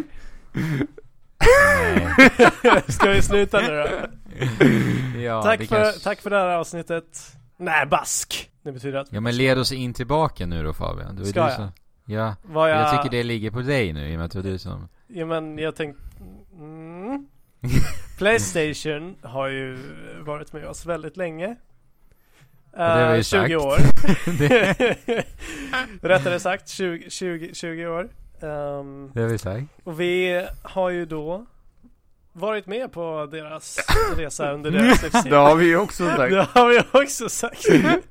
Nej.
Ska vi sluta nu då?
Ja,
tack,
det
för,
kanske...
tack för det här avsnittet. Nej, bask. Det betyder att...
Ja, men led oss in tillbaka nu då, Fabian. Det var
Ska
du
jag?
som... Ja,
Vad jag...
jag tycker det ligger på dig nu i och med att det var du som...
Ja, men jag tänkte... Mm. PlayStation har ju varit med oss väldigt länge.
det har vi
Uh,
sagt.
tjugo år.
det...
Rättare sagt tjugo, tjugo, tjugo år. Um,
det har vi sagt.
och vi har ju då varit med på deras resa under deras livstid.
Det har vi ju också sagt.
Det har vi också sagt.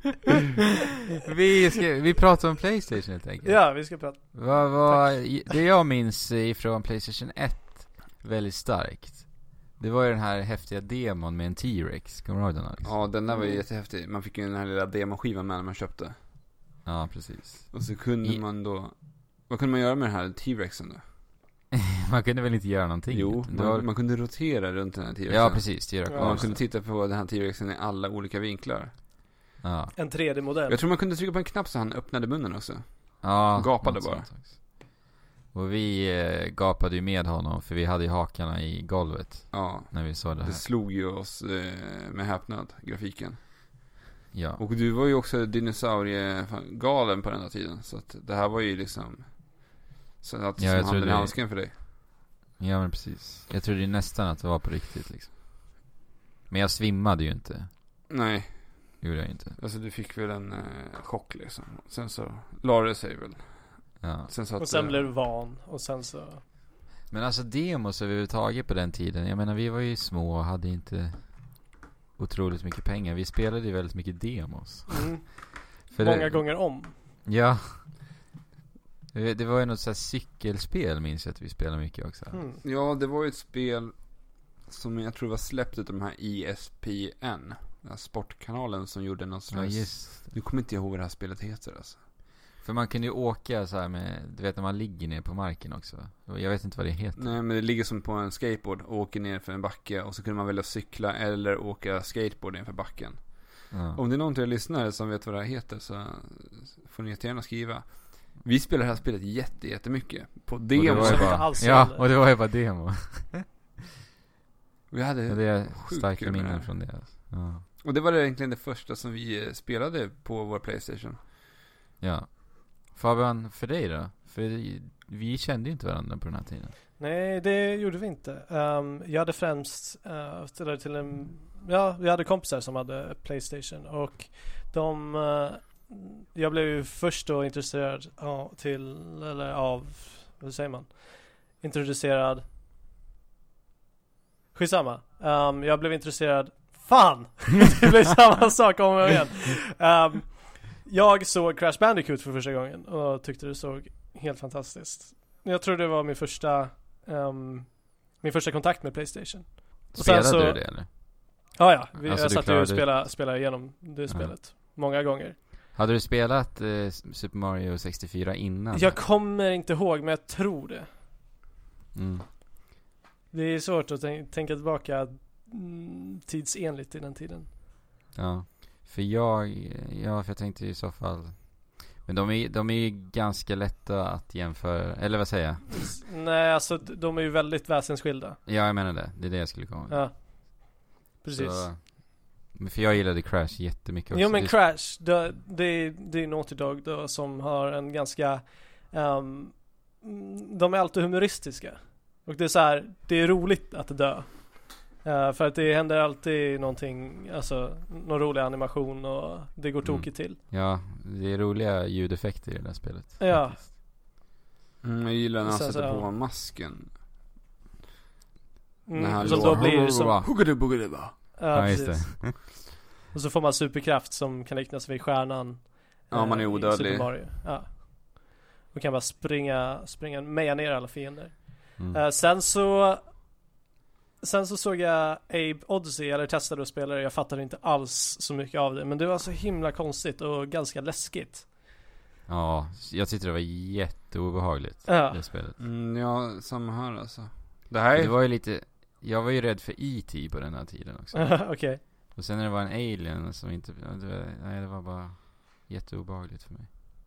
vi, ska, vi pratar om PlayStation helt enkelt.
Ja, vi ska prata.
Vad, vad, det jag minns ifrån PlayStation ett väldigt starkt. Det var ju den här häftiga demon med en T-Rex. Kommer du ihåg den här?
Ja, den där var ju jättehäftig. Man fick ju den här lilla demoskivan med när man köpte.
Ja, precis.
Och så kunde
I-
man då... Vad kunde man göra med den här T-Rexen då?
Man kunde väl inte göra någonting?
Jo,
utan det
man,
var...
man kunde rotera runt den här T-Rexen.
Ja, precis. Det gör
Ja,
Och man
just
kunde titta på den här T-Rexen i alla olika vinklar.
Ja.
En tre D-modell.
Jag tror man kunde trycka på en knapp så han öppnade munnen också.
Ja,
Gapade
något
bara.
sånt också. Och vi eh, gapade ju med honom för vi hade ju hakarna i golvet
Ja,
när vi såg det här.
det slog ju oss eh, med häpnad, grafiken.
Ja.
Och du var ju också dinosauriegalen på den här tiden. Så att det här var ju liksom... Så att
Ja, jag
som
tror
handen i
det-
handsken för dig.
Ja, men precis. Jag trodde ju nästan att det var på riktigt liksom. Men jag svimmade ju inte.
Nej.
Gjorde jag inte.
Alltså du fick väl en eh, chock liksom. Sen så la det sig väl.
Ja.
Sen så att,
Och sen
eh,
blev du van. Och sen så...
Men alltså demos överhuvudtaget på den tiden. Jag menar vi var ju små och hade inte otroligt mycket pengar. Vi spelade ju väldigt mycket demos.
Mm.
För
Många
det,
gånger om.
Ja. Det det var ju något så här cykelspel minns jag att vi spelade mycket också.
Mm.
Ja, det var ju ett spel som jag tror var släppt utav de här E S P N. Den här sportkanalen som gjorde något
Ja,
slags...
just.
Nu kommer inte jag ihåg vad det här spelet heter alltså.
För man kunde ju åka så här med, du vet när man ligger ner på marken också. Jag vet inte vad det heter.
Nej, men det ligger som på en skateboard och åker ner för en backe. Och så kunde man välja cykla eller åka skateboard ner för backen.
Ja.
Om det är någon till er lyssnare som vet vad det här heter så får ni jättegärna skriva. Vi spelar det här spelet jätte, jättemycket. På
Och det
demo.
var ju
inte
bara,
alls
ja,
heller.
och det var ju bara demo.
Vi hade
Och det är
sjukt
starka
kul med
minnen
det.
från det. Alltså. Ja.
Och det var det egentligen det första som vi eh, spelade på vår PlayStation.
Ja. Fabian, för dig då? För vi kände ju inte varandra på den här tiden.
Nej, det gjorde vi inte. Um, jag hade främst uh, till, till en... Ja, vi hade kompisar som hade PlayStation. Och de... Uh, jag blev ju först då intresserad av, till... Eller av... Vad säger man? Introducerad... Skitsamma. Um, jag blev intresserad... Fan! Det blev samma sak om och igen. Um, jag såg Crash Bandicoot för första gången och tyckte det såg helt fantastiskt. Jag tror det var min första um, min första kontakt med PlayStation. Och
Spelade
sen så,
du det eller?
Ja, ja. Vi,
Alltså,
jag
du
satt ju
klarade-
och spelade, spelade igenom det
Ja.
spelet många gånger.
Hade du spelat eh, Super Mario sextiofyra innan?
Jag kommer inte ihåg, men jag tror det.
Mm.
Det är svårt att tänk, tänka tillbaka mm, tidsenligt i den tiden.
Ja. För jag, ja för jag tänkte i så fall. Men de är, de är ju ganska lätta att jämföra, eller vad säger jag?
Nej, alltså d- de är ju väldigt väsensskilda.
Ja, jag menar det. Det är det jag skulle komma med.
Ja. Precis.
Så, men för jag gillade Crash jättemycket också.
Jo, men
Det-
Crash, det, det, det är Naughty Dog då, som har en ganska um, de är alltid humoristiska. Och det är så här, det är roligt att dö. Uh, för att det händer alltid någonting, alltså någon rolig animation och det går
Mm.
tokigt till.
Ja, det är roliga ljudeffekter i det där spelet.
Ja.
faktiskt.
Mm, jag gillar när han
Sen så,
sätter på
ja.
masken.
Mm,
När han
som då
låter-
blir det som, ja,
Huggadubuggaduba.
Ja, just
precis.
det.
Och så får man superkraft som kan liknas vid stjärnan.
Ja, man är
eh, i
odödlig.
Super Mario. Ja. Och kan bara springa, springa, meja ner alla fiender.
Mm.
Eh, sen så Sen så såg jag Abe Odyssey, eller testade att spela det. Jag fattade inte alls så mycket av det, men det var så himla konstigt och ganska läskigt.
Ja, jag tyckte det var jätteobehagligt,
Ja.
det spelet.
Mm, ja, samma här alltså. Det här är...
Det var ju lite, jag var ju rädd för E T på den här tiden också.
Okej.
Och sen när det var en alien som inte, ja, det, nej det var bara jätteobehagligt för mig.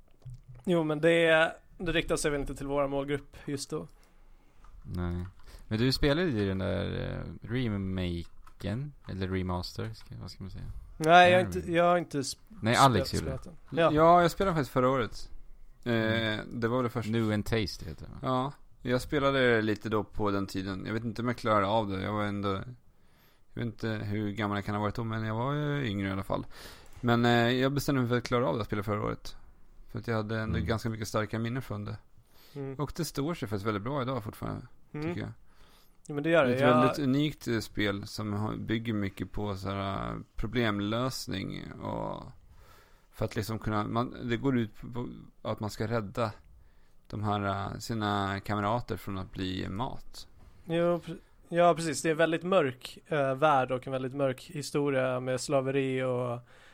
Jo, men det, det riktar sig väl inte till våra målgrupp just då.
Nej. Men du spelade ju den där uh, remaken, eller remaster, ska, vad ska man säga?
Nej, jag har
Nej,
inte,
men-
jag har inte sp-
Nej,
spelat-
Alex gjorde
spelat
det.
den.
Ja.
Ja.
jag spelade faktiskt förra året. Eh,
Mm.
Det var väl det första.
New and Tasty heter det, va?
Ja, jag spelade lite då på den tiden. Jag vet inte om jag klarade av det. Jag var ändå... Jag vet inte hur gammal jag kan ha varit då, men jag var ju yngre i alla fall. Men eh, jag bestämde mig för att klara av det att spela förra året. För att jag hade ändå
Mm.
ganska mycket starka minnen från det.
Mm.
Och det står sig faktiskt väldigt bra idag fortfarande,
Mm.
tycker jag.
Ja, men det gör
Det
det.
är ett
Jag,
väldigt unikt eh, spel som har, bygger mycket på så här, problemlösning och för att liksom kunna, man, det går ut på att man ska rädda de här eh, sina kamrater från att bli mat.
jo, pre- ja, precis. Det är en väldigt mörk eh, värld och en väldigt mörk historia med slaveri och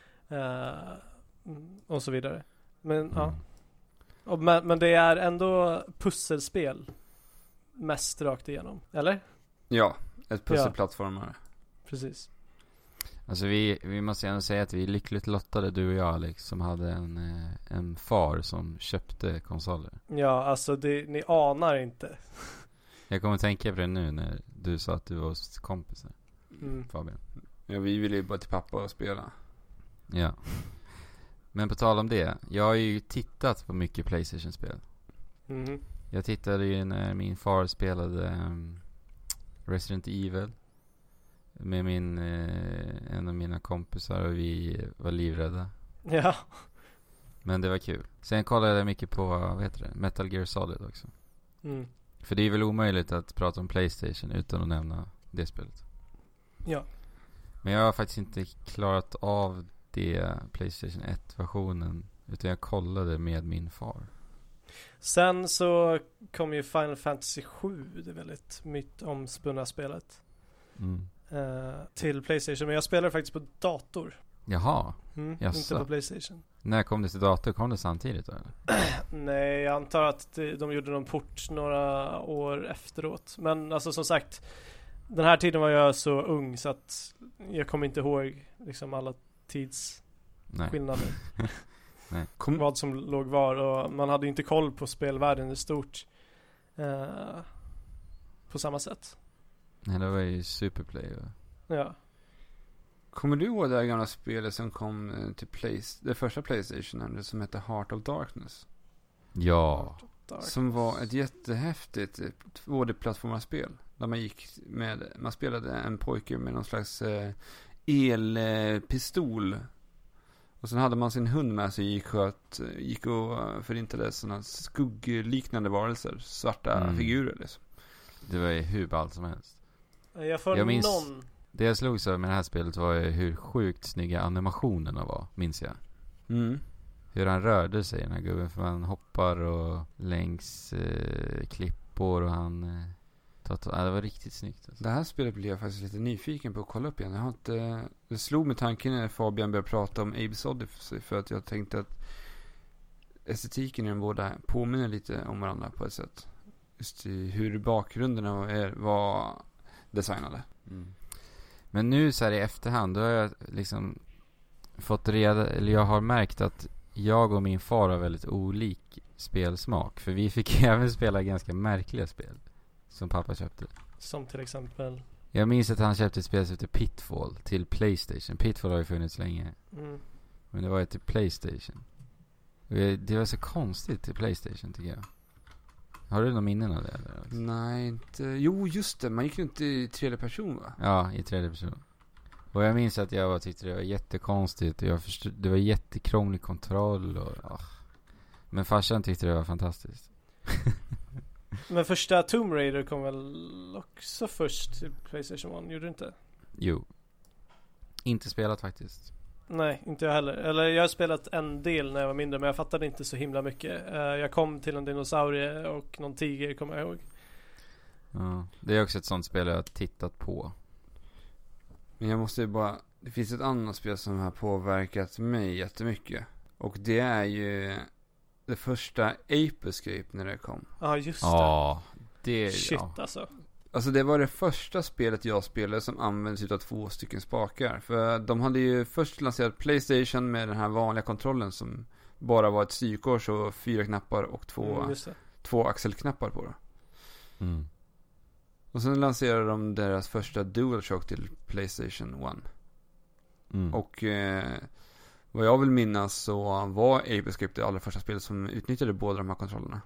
eh, mm, och så vidare. Men ja.
Mm.
Och, men, men det är ändå pusselspel mest rakt igenom, eller?
Ja, ett pusselplattformare.
Precis.
Alltså vi, vi måste ändå säga att vi är lyckligt lottade, du och jag Alex, som hade en, eh, en far som köpte konsoler.
Ja, alltså det, ni anar inte.
Jag kommer att tänka på det nu när du sa att du var hos kompisar,
Mm.
Fabian.
Ja, vi ville ju bara till pappa och spela.
Ja. Men på tal om det, jag har ju tittat på mycket PlayStation-spel.
Mhm.
Jag tittade ju när min far spelade um, Resident Evil. med min, eh, en av mina kompisar, och vi var livrädda.
Ja.
Men det var kul. Sen kollade jag mycket på, vad heter det? Metal Gear Solid också.
Mm.
För det är väl omöjligt att prata om PlayStation utan att nämna det spelet.
Ja.
Men jag har faktiskt inte klarat av det PlayStation ett-versionen, utan jag kollade med min far.
Sen så kom ju Final Fantasy sju, det väldigt mycket omspunna spelet.
Mm.
Uh, till PlayStation, men jag spelar faktiskt på dator.
Jaha.
Mm,
Jaså.
inte på PlayStation.
När kom det till dator? Kom det samtidigt då, eller?
Nej, jag antar att det, de gjorde någon port några år efteråt. Men alltså som sagt, den här tiden var jag så ung så att jag kommer inte ihåg liksom alla tidsskillnader.
Nej. Nej.
Kom,
Vad som låg var, och man hade inte koll på spelvärlden i stort uh, på samma sätt.
Nej, det var ju Superplay. Och...
Ja.
kommer du ihåg det här gamla spelet som kom eh, till Play, det första PlayStation, som hette Heart of Darkness?
Ja.
Dark.
Som var ett jättehäftigt två D-plattformarspel. Där man gick med, man spelade en pojke med någon slags eh, elpistol. Och sen hade man sin hund med sig och gick, sköt, gick och förintade sådana skuggliknande varelser. Svarta
Mm.
figurer liksom.
Det var ju hur ballt som helst.
Jag får
Jag minns-
någon.
Det jag slogs av med det här spelet var ju hur sjukt snygga animationerna var, minns jag.
Mm.
Hur han rörde sig, den här gubben. För man hoppar och längs eh, klippor och han... Eh, tar, tar, ja, det var riktigt snyggt. Alltså.
Det här spelet blev jag faktiskt lite nyfiken på att kolla upp igen. Jag har inte, det slog mig tanken när Fabian började prata om Abe's Odyssey, för att jag tänkte att estetiken i de båda påminner lite om varandra på ett sätt. Just i hur bakgrunderna är, var designade.
Mm. Men nu så här i efterhand, då har jag liksom fått reda, eller jag har märkt att jag och min far har väldigt olik spelsmak. För vi fick även spela ganska märkliga spel som pappa köpte.
Som till exempel.
Jag minns att han köpte ett spel som heter Pitfall till PlayStation. Pitfall har ju funnits länge.
Mm.
Men det var ju till PlayStation. Och jag- det var så konstigt till PlayStation, tycker jag. Har du någon minnen av det? Eller?
Nej, inte... Jo, just det. Man gick runt i tredje person, va?
Ja, i tredje person. Och jag minns att jag var, tyckte det var jättekonstigt. Och jag förstod, det var jättekrånglig kontroll. Och, ah. Men farsan tyckte det var fantastiskt.
Men första Tomb Raider kom väl också först till PlayStation ett, gjorde du inte?
Jo. Inte spelat faktiskt.
Nej, inte jag heller. Eller jag har spelat en del när jag var mindre, men jag fattade inte så himla mycket. Eh, Jag kom till en dinosaurie och någon tiger, kommer jag ihåg.
Ja. Det är också ett sånt spel jag har tittat på.
Men jag måste ju bara... Det finns ett annat spel som har påverkat mig jättemycket. Och det är ju det första Ape Escape när det kom.
Ja, just det.
Ja, det...
Shit
ja.
alltså.
Alltså det var det första spelet jag spelade som användes utav två stycken spakar. För de hade ju först lanserat PlayStation med den här vanliga kontrollen som bara var ett styrkors och fyra knappar och två,
Mm, just det.
två axelknappar på det.
Mm.
Och sen lanserade de deras första DualShock till PlayStation ett.
Mm.
Och eh, vad jag vill minnas så var Ape Escape det allra första spelet som utnyttjade båda de här kontrollerna.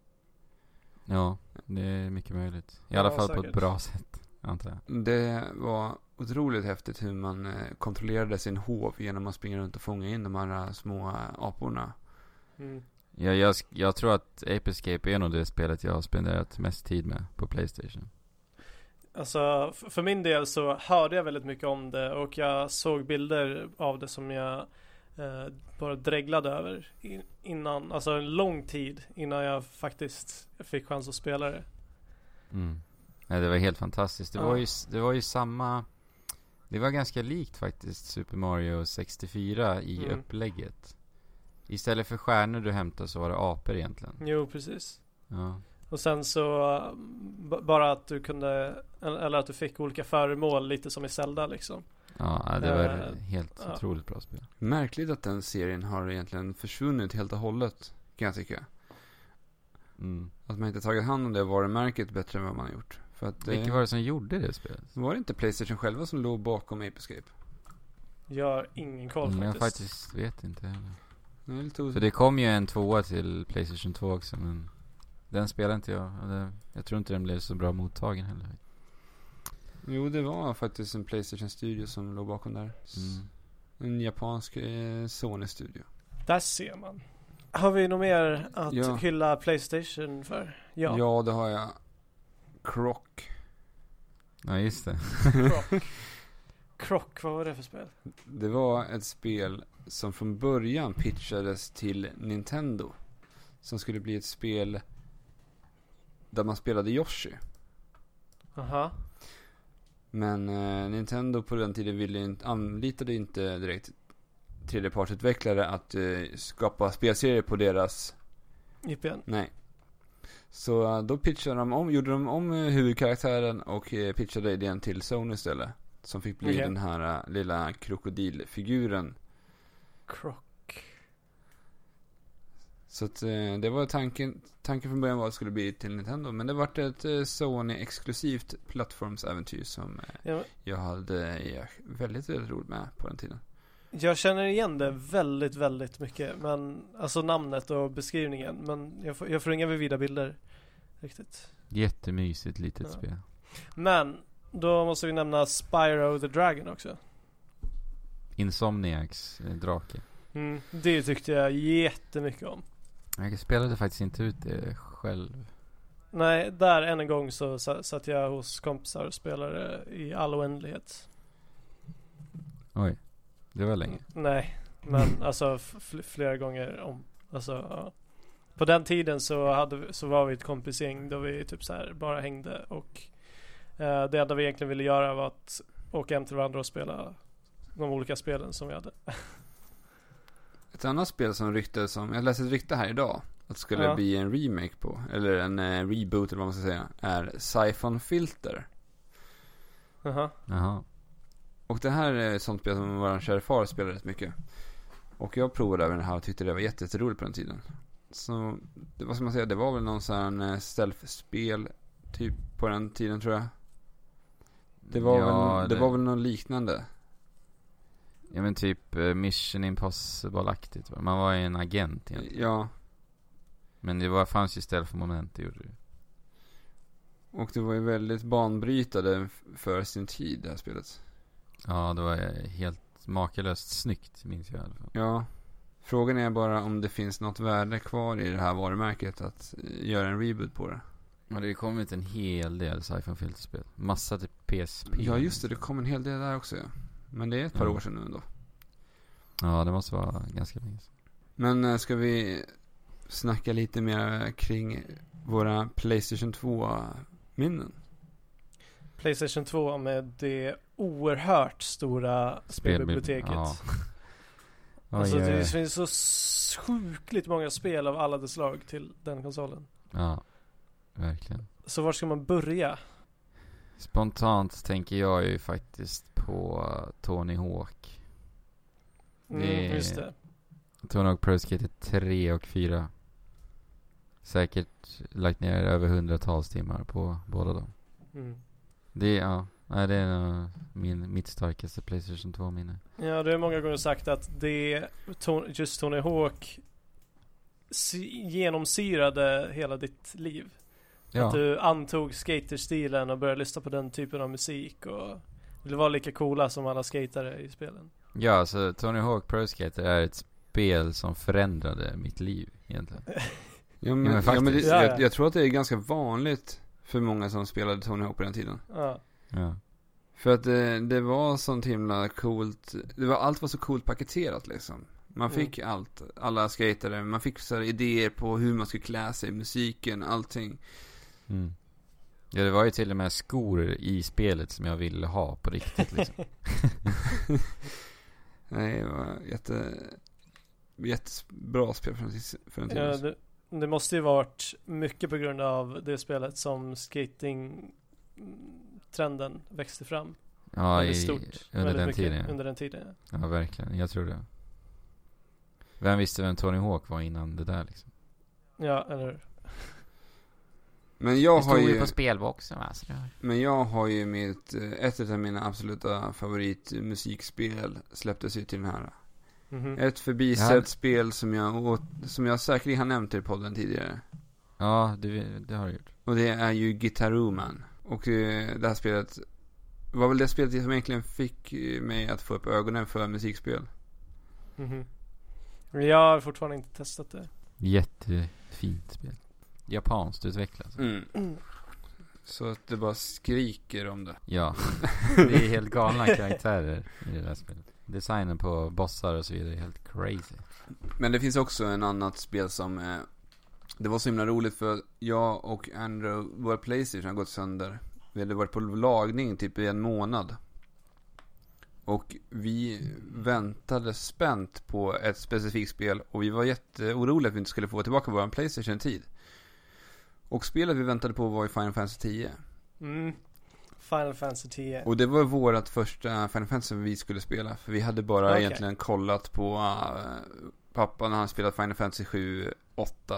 Ja, det är mycket möjligt. I
Ja,
alla fall på
säkert.
ett bra sätt, antar jag.
Det var otroligt häftigt hur man eh, kontrollerade sin hov genom att springa runt och fånga in de här små eh, aporna.
Mm.
Ja, jag, sk- jag tror att Ape Escape är nog det spelet jag har spenderat mest tid med på PlayStation.
Alltså, f- för min del så hörde jag väldigt mycket om det och jag såg bilder av det som jag eh, bara dreglade över in, innan, alltså en lång tid innan jag faktiskt fick chans att spela det.
Mm. Nej, det var helt fantastiskt. Det,
Ja.
var ju, s- det var ju samma... Det var ganska likt faktiskt Super Mario sextiofyra i
Mm.
upplägget. Istället för stjärnor du hämtade så var det apor egentligen.
Jo, precis.
Ja.
Och sen så b- bara att du kunde, eller att du fick olika föremål lite som i Zelda liksom.
Ja, det var
Eh,
helt
ja.
otroligt bra spel.
Märkligt att den serien har egentligen försvunnit helt och hållet, kan jag tycka.
Mm.
Att man inte tagit hand om det varumärket bättre än vad man har gjort. För att det,
Vilka var det som gjorde det spelet?
var det inte PlayStation själva som låg bakom Ape Escape?
Jag har ingen koll
Mm, jag
faktiskt.
faktiskt vet inte heller.
Jag är lite
För
osäker.
det kom ju en tvåa till PlayStation två också, men den spelade inte jag. Och det, jag tror inte den blev så bra mottagen heller.
Jo, det var faktiskt en PlayStation Studio som låg bakom där.
Mm.
En japansk eh, Sony-studio.
Där ser man. Har vi något mer att
Ja.
hylla PlayStation för? Ja.
Ja, det har jag. Croc.
Ja, just det.
Croc. Croc, vad var det för spel?
Det var ett spel som från början pitchades till Nintendo. Som skulle bli ett spel där man spelade Yoshi.
Aha.
Men eh, Nintendo på den tiden ville inte, anlitade inte direkt tredjepartsutvecklare att eh, skapa spelserier på deras.
I P N.
Nej. Så eh, då pitchade de om, gjorde de om eh, huvudkaraktären och eh, pitchade idén till Sony istället. Som fick bli
Okej.
den här eh, lilla krokodilfiguren.
Croc.
Så att, eh, det var tanken, tanken från början var att det skulle bli till Nintendo. Men det var ett eh, Sony-exklusivt plattformsäventyr som eh,
Ja,
jag hade eh, väldigt, väldigt roligt med på den tiden.
jag känner igen det väldigt, väldigt mycket. Men, alltså namnet och beskrivningen. Men jag får, jag får inga vida bilder. Riktigt.
Jättemysigt litet
Ja.
spel.
Men, då måste vi nämna Spyro the Dragon också.
Insomniacs eh, drake.
Mm, det tyckte jag jättemycket om.
Jag spelade faktiskt inte ut det själv.
Nej, där än en gång så sa- satt jag hos kompisar och spelade i all oändlighet.
Oj, det var länge.
Nej, men alltså f- flera gånger om. Alltså, ja. På den tiden så, hade vi, så var vi ett kompisgäng då vi typ så här bara hängde. Och eh, det enda vi egentligen ville göra var att åka hem till varandra och spela de olika spelen som vi hade.
Ett annat spel som ryktades om, jag läste ett rykte här idag, att det skulle
Ja.
bli en remake på, eller en eh, reboot eller vad man ska säga, är Siphon Filter.
Jaha.
Jaha.
Och det här är ett sånt spel som vår kära far spelar rätt mycket. Och jag provade även det här och tyckte det var jätteroligt på den tiden. Så, det, vad ska man säga, det var väl någon sån här stealth-spel typ på den tiden tror jag. Det var,
ja,
väl, det var väl något liknande.
Ja, men typ eh, Mission Impossible-aktigt. Va? Man var ju en agent egentligen.
Ja,
Men det var, fanns ju ställ för moment, det gjorde det.
och det var ju väldigt banbrytande f- för sin tid det här spelet.
Ja, det var eh, helt makalöst snyggt, minns jag i alla fall.
Ja, frågan är bara om det finns något värde kvar i det här varumärket att eh, göra en reboot på det.
Ja, det har kommit en hel del Siphon Filter-spel. Massa till P S P.
Ja, just det, det kom en hel del där också. Ja. Men det är ett par
Ja.
år sedan nu ändå.
Ja, det måste vara ganska länge sedan.
Men eh, ska vi snacka lite mer kring våra PlayStation två-minnen?
PlayStation två med det oerhört stora spelbiblioteket.
Ja.
Alltså
Oj, oj,
det
oj.
finns så s- sjukligt många spel av alla dess slag till den konsolen.
Ja, verkligen.
Så var ska man börja?
Spontant tänker jag ju faktiskt på Tony Hawk.
Mm,
Det-
just det.
Tony Hawk Pro Skater tre och fyra. Säkert lagt ner över hundratals timmar på båda dem.
Mm.
Det, ja, nej, det är nog min, mitt starkaste PlayStation två-minne.
Ja, det är många gånger sagt att det ton- just Tony Hawk si- genomsyrade hela ditt liv.
Ja,
Att du antog skaterstilen och började lyssna på den typen av musik och ville vara lika coola som alla skatare i spelen.
ja, så Tony Hawk Pro Skater är ett spel som förändrade mitt liv egentligen.
Ja, men,
men
ja,
faktiskt.
men det,
Ja, ja.
Jag, jag tror att det är ganska vanligt för många som spelade Tony Hawk på den tiden.
Ja.
Ja,
För att det, det var sånt himla coolt. Det var, allt var så coolt paketerat liksom. Man
Mm.
fick allt. Alla skatare. Man fick så här idéer på hur man skulle klä sig. Musiken, allting.
mm. Ja, det var ju till och med skor i spelet som jag ville ha på riktigt liksom.
Nej, det var jätte, jättebra spel för en, för en tid.
Ja, det, det måste ju varit mycket på grund av det spelet som skating-trenden växte fram.
Ja,
väldigt
i,
stort.
under
väldigt
den
mycket
tiden. Ja.
Under den tiden, ja.
Ja, verkligen. Jag tror det. Vem visste vem Tony Hawk var innan det där liksom?
Ja, eller hur?
Men jag har ju,
på spelboxen, va? Så det var-
men jag har ju mitt, eh, ett av mina absoluta favoritmusikspel släpptes ju till den här.
Mhm.
Ett förbisett
Ja.
spel som jag, åt, som jag säkerligen har nämnt i podden tidigare.
Ja, det, det har du gjort.
Och det är ju Guitar Man. Och eh, det här spelet Det var väl det spelet som egentligen fick mig att få upp ögonen för musikspel.
Mhm. Jag har fortfarande inte testat det.
Jättefint spel. Japanskt utvecklat.
Mm. Mm. Så att det bara skriker om det.
Ja. Det är helt galna karaktärer i det där spelet. Designen på bossar och så vidare är helt crazy.
Men det finns också en annat spel som eh, det var så himla roligt för jag och Andrew, vår PlayStation har gått sönder. Vi hade varit på lagning typ i en månad. Och vi väntade spänt på ett specifikt spel. Och vi var jätteoroliga att vi inte skulle få tillbaka vår PlayStation-tid. Och spelet vi väntade på var ju Final Fantasy tio.
Mm. Final Fantasy tio.
Och det var vårt första Final Fantasy vi skulle spela. För vi hade bara
Okay.
egentligen kollat på uh, pappa när han spelat Final Fantasy sju, åtta.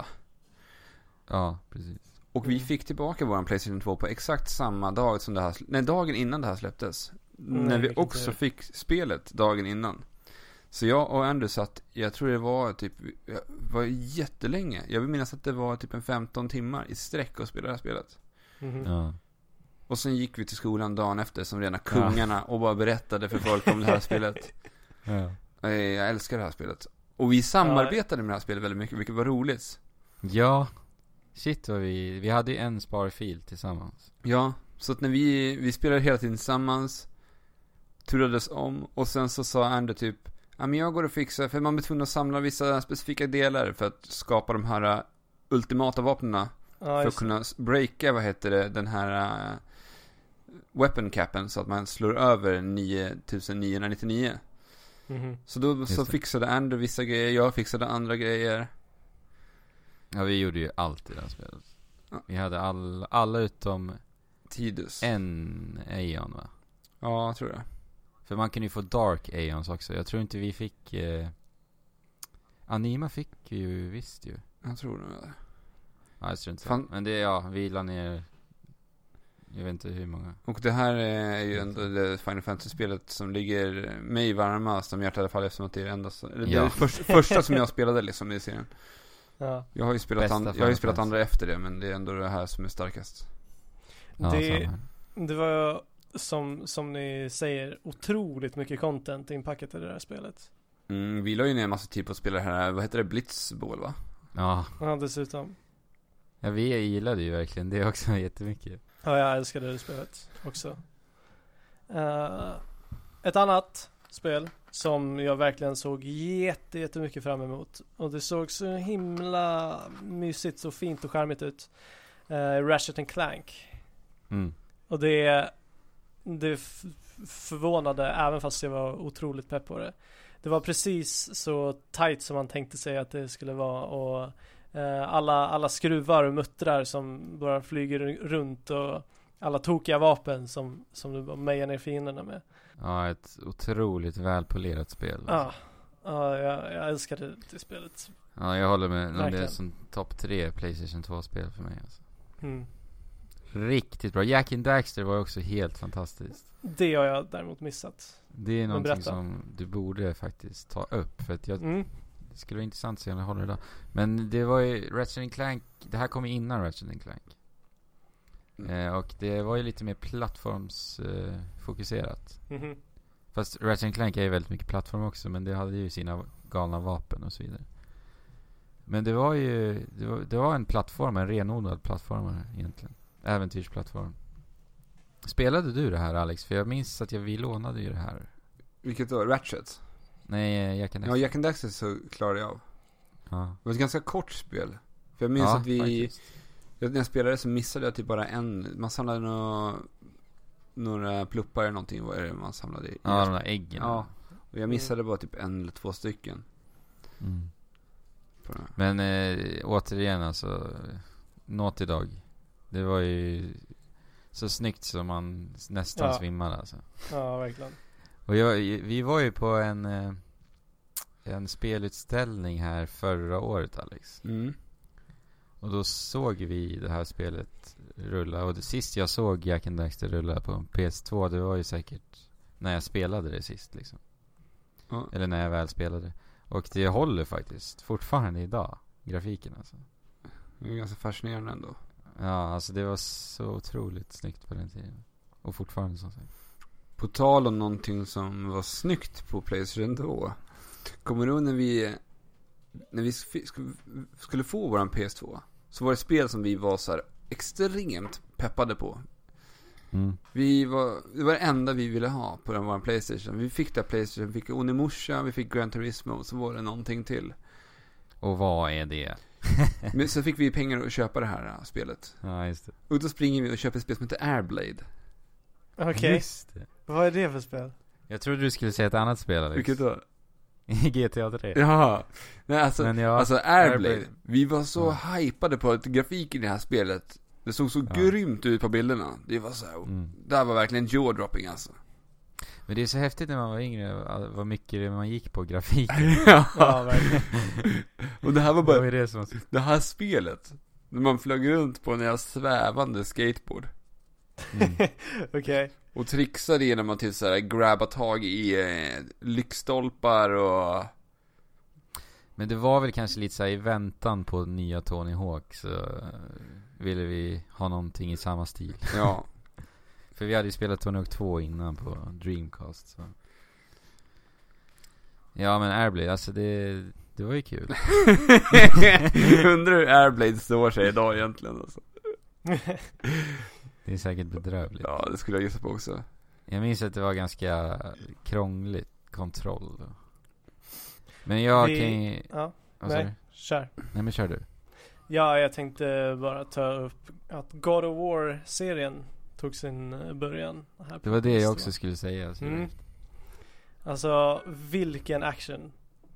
Ja, precis.
Och
Mm.
vi fick tillbaka vår PlayStation två på exakt samma dag som det här, nej, dagen innan det här släpptes.
Mm,
när vi
vilket
också
är-
fick spelet dagen innan. Så jag och Andrew satt, jag tror det var typ, jag var jättelänge. Jag vill minnas att det var typ en femton timmar i sträck att spela det här spelet.
Mhm.
Ja.
Och sen gick vi till skolan dagen efter som rena kungarna och bara berättade för folk om det här spelet.
Ja.
Eh, Jag älskar det här spelet. Och vi samarbetade med det här spelet väldigt mycket, vilket var roligt.
Ja. Shit vad vi... Vi hade ju en sparfil tillsammans.
Ja, så att när vi, vi spelade hela tiden tillsammans, turades om, och sen så sa Andrew typ, ja men jag går och fixar, för man blir tvungen att samla vissa specifika delar för att skapa de här uh, ultimata vapnena.
Ja,
För att
just
kunna breaka, vad heter det, den här uh, weapon capen så att man slår över nio tusen niohundranittionio.
Mhm.
Så då så
det.
fixade Andrew vissa grejer, jag fixade andra grejer.
Ja, vi gjorde ju allt i det här spelet.
Ja.
Vi hade all, alla utom
Tidus.
en Aeon, va?
Ja, jag tror det.
För man kan ju få Dark Aeons också. Jag tror inte vi fick... Eh... Anima fick vi ju visst ju.
Jag tror det.
Ja, jag tror inte så.
Fan.
Men det, ja, vi la ner... Jag vet inte hur många.
Och det här är ju ändå det Final Fantasy-spelet som ligger mig varmast om hjärtat i alla fall, eftersom att det är det enda, eller det
Ja.
är det första, första som jag spelade liksom i serien.
Ja.
Jag har ju spelat,
Bästa
and, jag har ju
Final
spelat
Fantasy.
andra efter det, men det är ändå det här som är starkast.
Ja,
Det,
samma här.
det var som, som ni säger otroligt mycket content inpackat i det här spelet.
Mm, vi la ju ner en massa tid på att spela det här, vad heter det, Blitzball va?
Ja.
Ja, dessutom.
Ja, vi gillade ju verkligen det också jättemycket.
Ja, jag älskade det spelet också. Uh, ett annat spel som jag verkligen såg jätte, jättemycket fram emot. Och det såg så himla mysigt, så fint och charmigt ut. Uh, Ratchet and Clank.
Mm.
Och det, det f- förvånade, även fast jag var otroligt pepp på det. Det var precis så tight som man tänkte sig att det skulle vara. Och eh, alla, alla skruvar och muttrar som bara flyger runt. Och alla tokiga vapen som, som du bara mejar ner fienderna med.
Ja, ett otroligt välpolerat spel.
Ja, ja jag, jag älskade det spelet.
Ja, jag håller med. Det är
Verkligen.
som topp tre PlayStation två-spel för mig. Alltså.
Mm.
Riktigt bra. Jack and Daxter var också helt fantastiskt.
Det har jag däremot missat.
Det är någonting
berätta.
som du borde faktiskt ta upp. För att jag,
Mm.
det skulle vara intressant att se om jag håller idag. Men det var ju Ratchet and Clank. Det här kom ju innan Ratchet and Clank.
Mm.
Eh, och det var ju lite mer plattformsfokuserat. Eh, fokuserat.
Mhm.
Fast Ratchet and Clank är ju väldigt mycket plattform också. Men det hade ju sina galna vapen och så vidare. Men det var ju det var, det var en plattform, en renodlad plattform egentligen. Äventyrsplattform. Spelade du det här, Alex? För jag minns att jag, vi lånade ju det här.
Vilket då? Ratchet?
Nej, Jack and
Ja,
Daxter.
Jack and Daxter så klarade jag av.
Ja.
Det var ett ganska kort spel. För jag minns
Ja,
att vi,
faktiskt.
jag, när jag spelade så missade jag typ bara en, man samlade några, några pluppar eller någonting, vad är det man samlade i?
Ja, de där äggen.
Ja, och jag missade bara typ en eller två stycken.
Mm.
På den här.
Men eh, återigen alltså, Naughty Dog. Det var ju så snyggt som man nästan
Ja.
svimmade alltså.
Ja, verkligen.
Och jag, vi var ju på en eh, en spelutställning här förra året, Alex.
Mm.
Och då såg vi det här spelet rulla. Och det sist jag såg Jack and Daxter rulla på en P S två, det var ju säkert när jag spelade det sist liksom.
Ja.
Eller när jag väl spelade. Och det håller faktiskt fortfarande idag, grafiken alltså.
Det är ganska fascinerande ändå.
Ja, alltså det var så otroligt snyggt på den tiden. Och fortfarande som sagt.
På tal om någonting som var snyggt på PlayStation då. Kommer du ihåg när vi när vi skulle få våran P S två, så var det spel som vi var så här extremt peppade på.
Mm.
Vi var, det var det enda vi ville ha på den våran PlayStation. Vi fick där PlayStation, vi fick Onimusha, vi fick Gran Turismo, så var det någonting till.
Och vad är det?
Men så fick vi pengar att köpa det här uh, spelet.
Ja, just det.
Och då springer vi och köper ett spel som heter Airblade.
Okej, okay.
Just det.
Vad är det för spel?
Jag trodde du skulle säga ett annat spel, Alex.
Vilket då?
G T A tre.
Ja. Nej, alltså,
Men ja,
alltså Airblade.
Airblade.
Vi var så
Ja.
hypade på att grafiken i det här spelet, det såg så
Ja.
grymt ut på bilderna. Det var så här,
Mm.
det här var verkligen jaw-dropping alltså.
Men det är så häftigt när man var yngre, vad mycket man gick på grafiken.
Ja, verkligen.
Och det här var
Vad
bara
är det som...
det här spelet när man flög runt på en jävla svävande skateboard
Mm.
Okej. Okay.
och trixade genom att till så här grabba tag i eh, lyktstolpar och
Men det var väl kanske lite så här i väntan på nya Tony Hawk, så ville vi ha någonting i samma stil.
ja.
För vi hade ju spelat Tony Hawk två innan på Dreamcast, så. Ja, men Airblade, alltså det, det var ju kul.
Undrar hur Airblade står sig idag egentligen alltså.
Det är säkert bedrövligt.
Ja, det skulle jag gissa på också.
Jag minns att det var ganska krångligt kontroll. Men jag
Vi...
kan ju...
Ja,
Vad sa
nej,
du?
kör.
Nej, men kör du.
Ja, jag tänkte bara ta upp att God of War-serien tog sin början här.
Det var det jag också skulle säga. Så
Mm. Alltså, vilken action.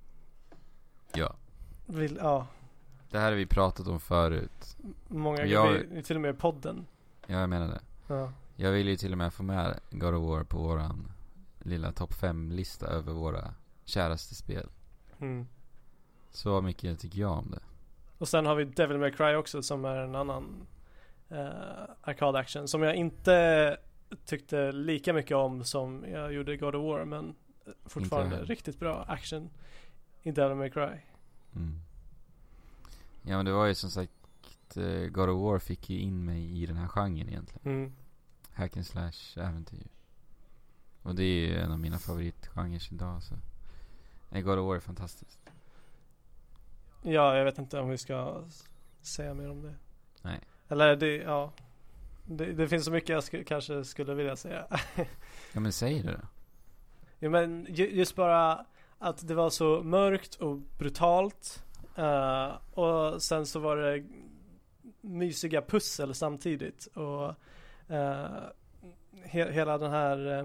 Ja.
Vil, ja,
Det här har vi pratat om förut.
många
Jag-
gånger, till och med i podden.
Ja, jag menar det.
Ja.
Jag vill ju till och med få med God of War på våran lilla topp fem-lista över våra käraste spel.
Mm.
Så mycket tycker jag om det.
Och sen har vi Devil May Cry också, som är en annan uh, arcade action som jag inte tyckte lika mycket om som jag gjorde i God of War, men fortfarande
Inte.
riktigt bra action i Devil May Cry.
Mm. Ja, men det var ju som sagt, eh, God of War fick ju in mig i den här genren egentligen.
Mm.
Hack and slash äventyr. Och det är ju en av mina favoritgenrer idag, så nej, God of War är fantastiskt.
Ja, jag vet inte om vi ska säga mer om det.
Nej.
Eller det, ja. Det, det finns så mycket jag sk- kanske skulle vilja säga.
Ja, men säg det då.
Ja, men ju, just bara att det var så mörkt och brutalt. Uh, och sen så var det mysiga pussel samtidigt. Och uh, he- hela den här uh,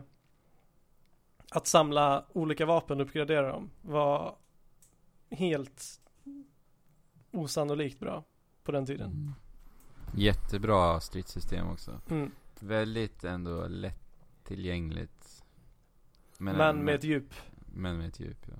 att samla olika vapen och uppgradera dem var helt osannolikt bra på den tiden.
Mm. Jättebra stridssystem också.
Mm.
Väldigt ändå lättillgängligt.
Men,
Men,
med ett djup.
Men med ett djup, ja.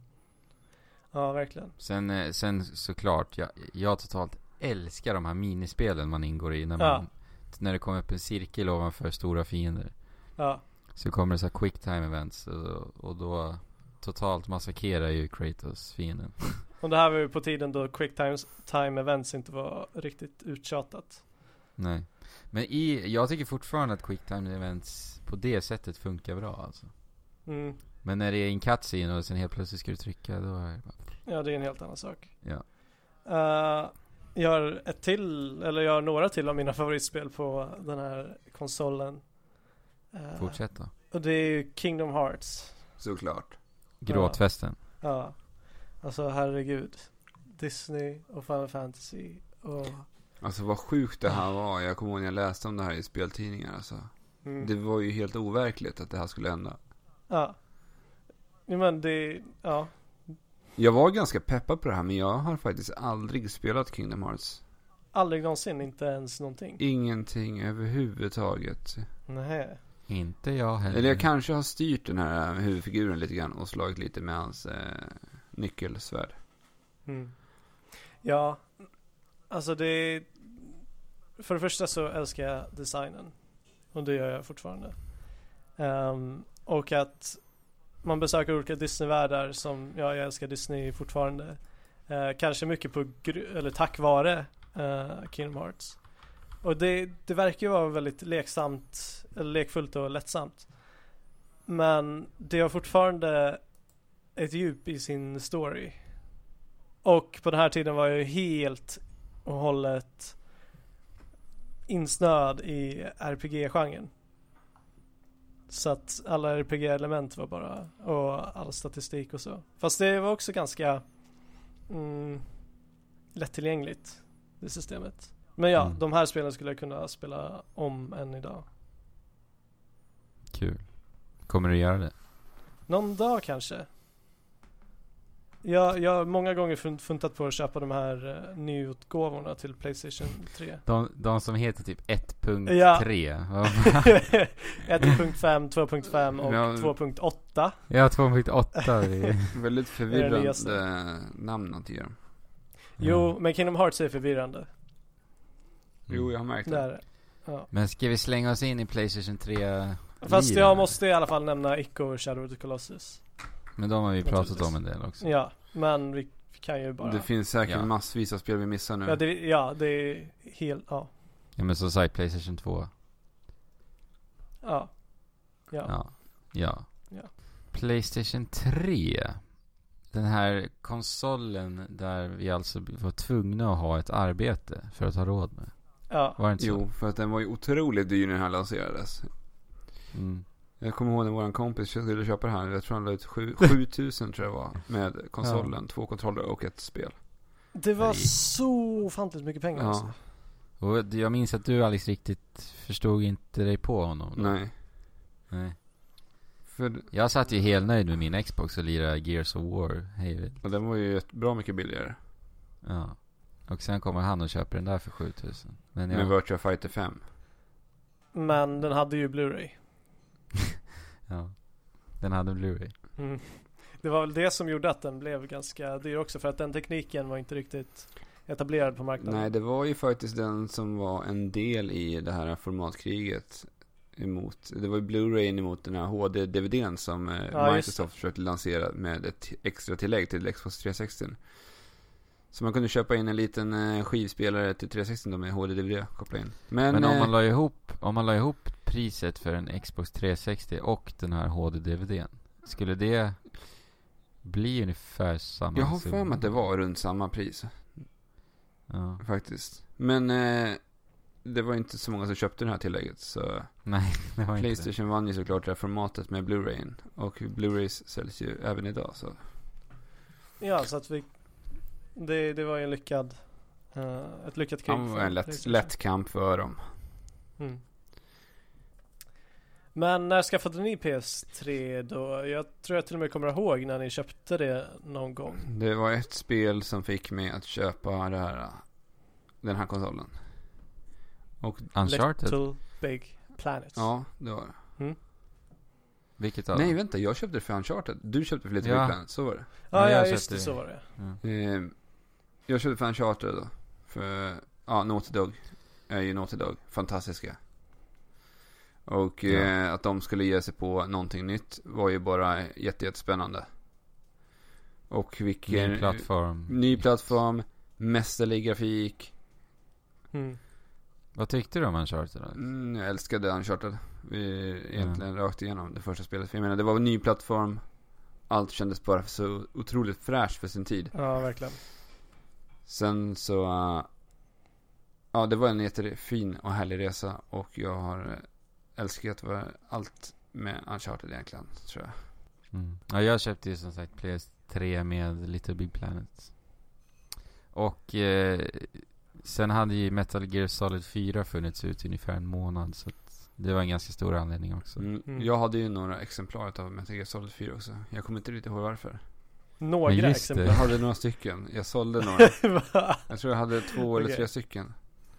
Ja, verkligen.
Sen, eh, sen såklart, jag, jag totalt älskar de här minispelen man ingår i när man
Ja.
när det kommer upp en cirkel ovanför stora fiender.
Ja.
Så kommer det så här quick time events och, och då totalt massakrerar ju Kratos fienden.
Och det här var ju på tiden då quick times, time events inte var riktigt uttjatat.
Nej. Men i, jag tycker fortfarande att quick time events på det sättet funkar bra alltså.
Mm.
Men när det är en cutscene och sen helt plötsligt ska du trycka, då är det bara...
Ja, det är en helt annan sak.
Ja.
Uh, jag har ett till, eller jag har några till av mina favoritspel på den här konsolen. Uh,
Fortsätt då.
Och det är ju Kingdom Hearts.
Såklart.
Gråtfesten.
Ja. Alltså herregud. Disney och Final Fantasy och...
Alltså vad sjukt det här var. Jag kommer ihåg när jag läste om det här i speltidningar alltså.
Mm.
Det var ju helt overkligt att det här skulle hända.
Ja. Ja, men det... Ja.
Jag var ganska peppad på det här, men jag har faktiskt aldrig spelat Kingdom Hearts.
Aldrig någonsin, inte ens någonting.
Ingenting överhuvudtaget.
Nej.
Inte jag heller.
Eller jag kanske har styrt den här huvudfiguren lite grann och slagit lite med hans eh, nyckelsvärd.
Mm. Ja. Alltså det... För det första så älskar jag designen. Och det gör jag fortfarande. Um, och att man besöker olika Disney-världar som, ja, jag älskar Disney fortfarande. Uh, kanske mycket på, gr- eller tack vare uh, Kingdom Hearts. Och det, det verkar ju vara väldigt leksamt, eller lekfullt och lättsamt. Men det har fortfarande ett djup i sin story. Och på den här tiden var jag helt och hållet insnöad i R P G-genren. Så att alla R P G-element var bara, och all statistik och så. Fast det var också ganska mm, lättillgängligt, det systemet. Men ja,
Mm.
de här spelen skulle jag kunna spela om än idag.
Kul. Kommer du göra det?
Någon dag kanske. Jag, jag har många gånger funt, funtat på att köpa de här uh, nyutgåvorna till PlayStation tre.
De, de som heter typ ett punkt tre.
Ja. ett punkt fem, två punkt fem och
Ja.
två punkt åtta.
Ja, två punkt åtta. det är-
Väldigt
Det
förvirrande
nyaste.
namn att ge dem.
Jo, men Kingdom Hearts är förvirrande.
Jo, jag har märkt det.
Där. Ja.
Men ska vi slänga oss in i PlayStation tre?
Fast
liren?
jag måste i alla fall nämna Ico och Shadow of the Colossus.
Men de har vi pratat
Naturligtvis.
om en del också.
Ja, men vi kan ju bara...
Det finns säkert
Ja.
massvis av spel vi missar nu.
Ja, det, ja, det är helt... Ja.
Ja, men så sagt PlayStation två.
Ja. Ja.
Ja. Ja.
Ja.
PlayStation tre. Den här konsolen där vi alltså var tvungna att ha ett arbete för att ha råd med.
Ja.
Var det inte så?
Jo, för att den var ju otroligt dyr när den här lanserades.
Mm.
Jag kommer ihåg när våran kompis skulle köpa det här. Jag tror han la ut sju tusen tror jag var. Med konsolen, två kontroller och ett spel.
Det var
Nej.
så ofantligt mycket pengar
Ja.
alltså.
Och jag minns att du Alex riktigt förstod inte dig på honom. då.
Nej.
Nej.
För,
Jag satt ju helt nöjd med min Xbox och lirade Gears of War. Hej.
och den var ju ett bra mycket billigare.
Ja. Och sen kommer han och köper den där för sju tusen. Men
Med
ja.
Virtua Fighter fem.
Men den hade ju Blu-ray.
ja. Den hade Blu-ray.
Mm. Det var väl det som gjorde att den blev ganska dyr också. För att den tekniken var inte riktigt etablerad på marknaden.
Nej, det var ju faktiskt den som var en del i det här formatkriget emot, det var ju Blu-ray emot den här H D-D V D:n som eh,
Ja, just
Microsoft försökte lansera med ett extra tillägg till Xbox tre sextio. Så man kunde köpa in en liten eh, skivspelare till tre sextio då med H D-D V D koppla in. Men,
Men om
eh,
man la ihop om man la ihop priset för en Xbox tre sextio och den här H D-D V D:n, skulle det bli ungefär samma
jag har
summa?
för mig att det var runt samma pris
Ja.
faktiskt. Men eh, det var inte så många som köpte det här tillägget så
Nej, det var inte det.
PlayStation vann ju såklart det här formatet med Blu-rayn. Och Blu-rays säljs ju även idag så.
Ja, så att vi... Det, det var ju en lyckad... Uh, ett lyckat krig.
Det var
för
en lätt,
PlayStation.
lätt kamp för dem.
Mm. Men när skaffade ni P S tre då? Jag tror jag till och med kommer ihåg när ni köpte det någon gång.
Det var ett spel som fick mig att köpa det här, den här konsolen. Och
Uncharted?
Little Big Planet.
ja, det var det.
Mm.
Vilket av
Nej,
dem?
vänta, jag köpte det för Uncharted. Du köpte för Little
Ja.
Big Planet, så var det.
Ah,
Ja,
ja,
jag
just det,
köpte-
så var det.
Ja.
Eh, jag köpte för Uncharted då. För, ja, Naughty Dog är ju Naughty Dog. Fantastiska. Och
Ja.
eh, att de skulle ge sig på någonting nytt var ju bara jätte, jättespännande. Och vilken...
Ny plattform.
Ny plattform, mästerlig grafik.
Mm.
Vad tyckte du om Uncharted då?
Mm, jag älskade Uncharted. Vi egentligen rakt igenom det första spelet. För jag menar, det var en ny plattform. Allt kändes bara så otroligt fräscht för sin tid.
Ja, verkligen.
Sen så... Uh, ja, det var en jättefin och härlig resa. Och jag har uh, älskat var allt med Uncharted egentligen, tror jag.
Mm. Ja, jag köpte ju som sagt P S tre med Little Big Planet. Och eh, sen hade ju Metal Gear Solid fyra funnits ut i ungefär en månad. Så att det var en ganska stor anledning också.
Mm.
Mm.
Jag hade ju några exemplar av Metal Gear Solid fyra också. Jag kommer inte riktigt ihåg varför.
Några
Men just det.
Jag
exempel.
hade några stycken. Jag sålde några.
Va?
Jag tror jag hade två eller
Okej.
tre stycken.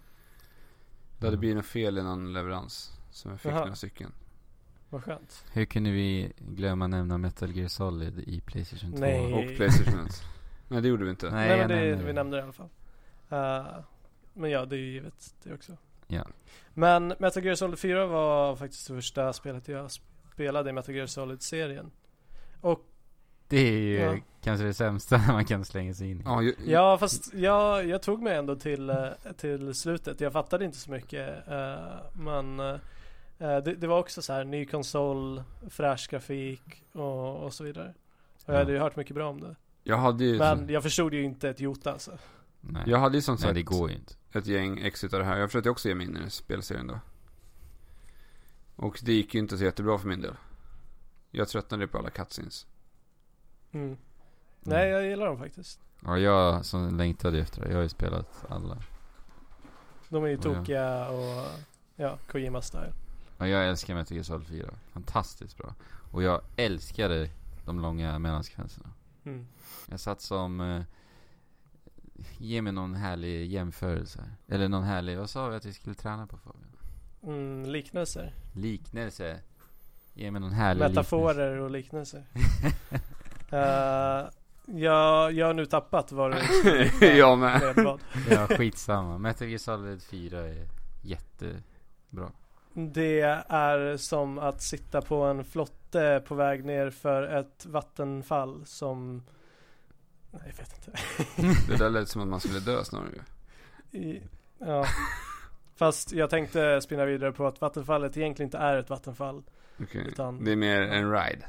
Det hade blivit något fel i någon leverans. Så jag fick
Jaha.
några stycken.
Vad skönt.
Hur kunde vi glömma nämna Metal Gear Solid i PlayStation två?
Nej.
Och Playstation. Nej, det gjorde vi inte.
Nej.
Nej, men
jag
det,
nämnde
vi
det.
nämnde det i alla fall. Uh, men ja, det är ju givet det också.
Ja.
Men Metal Gear Solid fyra var faktiskt det första spelet jag spelade i Metal Gear Solid-serien. Och
Det är ju
Ja.
kanske det sämsta man kan slänga sig in i.
Ja, ju,
ja, fast jag, jag tog mig ändå till, eh, till slutet. Jag fattade inte så mycket. eh, men Uh, det, det var också så här ny konsol, fräsch grafik och, och så vidare. Och jag
Ja.
hade ju hört mycket bra om det.
Jag hade ju
Men jag förstod ju inte ett jota alltså.
Nej,
Jag hade ju som
Nej
sagt
det går ju inte.
ett gäng ex utav det här. Jag försökte också ge mig in i spelserien då. Och det gick ju inte så jättebra för min del. Jag tröttnade på alla cutscenes.
Mm. Nej, jag gillar dem faktiskt.
Ja, jag som längtade efter det. Jag har ju spelat alla.
De är ju
Ja, ja.
tokiga och ja, Kojima-style.
Ja, jag älskar Metal Gear Solid fyra. Fantastiskt bra. Och jag älskade de långa mellansekvenserna.
Mm.
Jag satt som eh, ge mig någon härlig jämförelse. Eller någon härlig, vad sa vi att vi skulle träna på, Fabian?
Mm, liknelser.
Liknelse. Ge mig någon härlig
Metaforer och liknelser. uh, jag, jag har nu tappat vad det
Jag med.
med vad.
liknelse. Ja, skitsamma. Metal Gear Solid fyra är jättebra.
Det är som att sitta på en flotte på väg ner för ett vattenfall som... Nej, jag vet inte.
Det där lät som att man skulle dö snarare ju.
I, ja. Fast jag tänkte spinna vidare på att vattenfallet egentligen inte är ett vattenfall.
Okej.
Utan-
Det är mer en ride.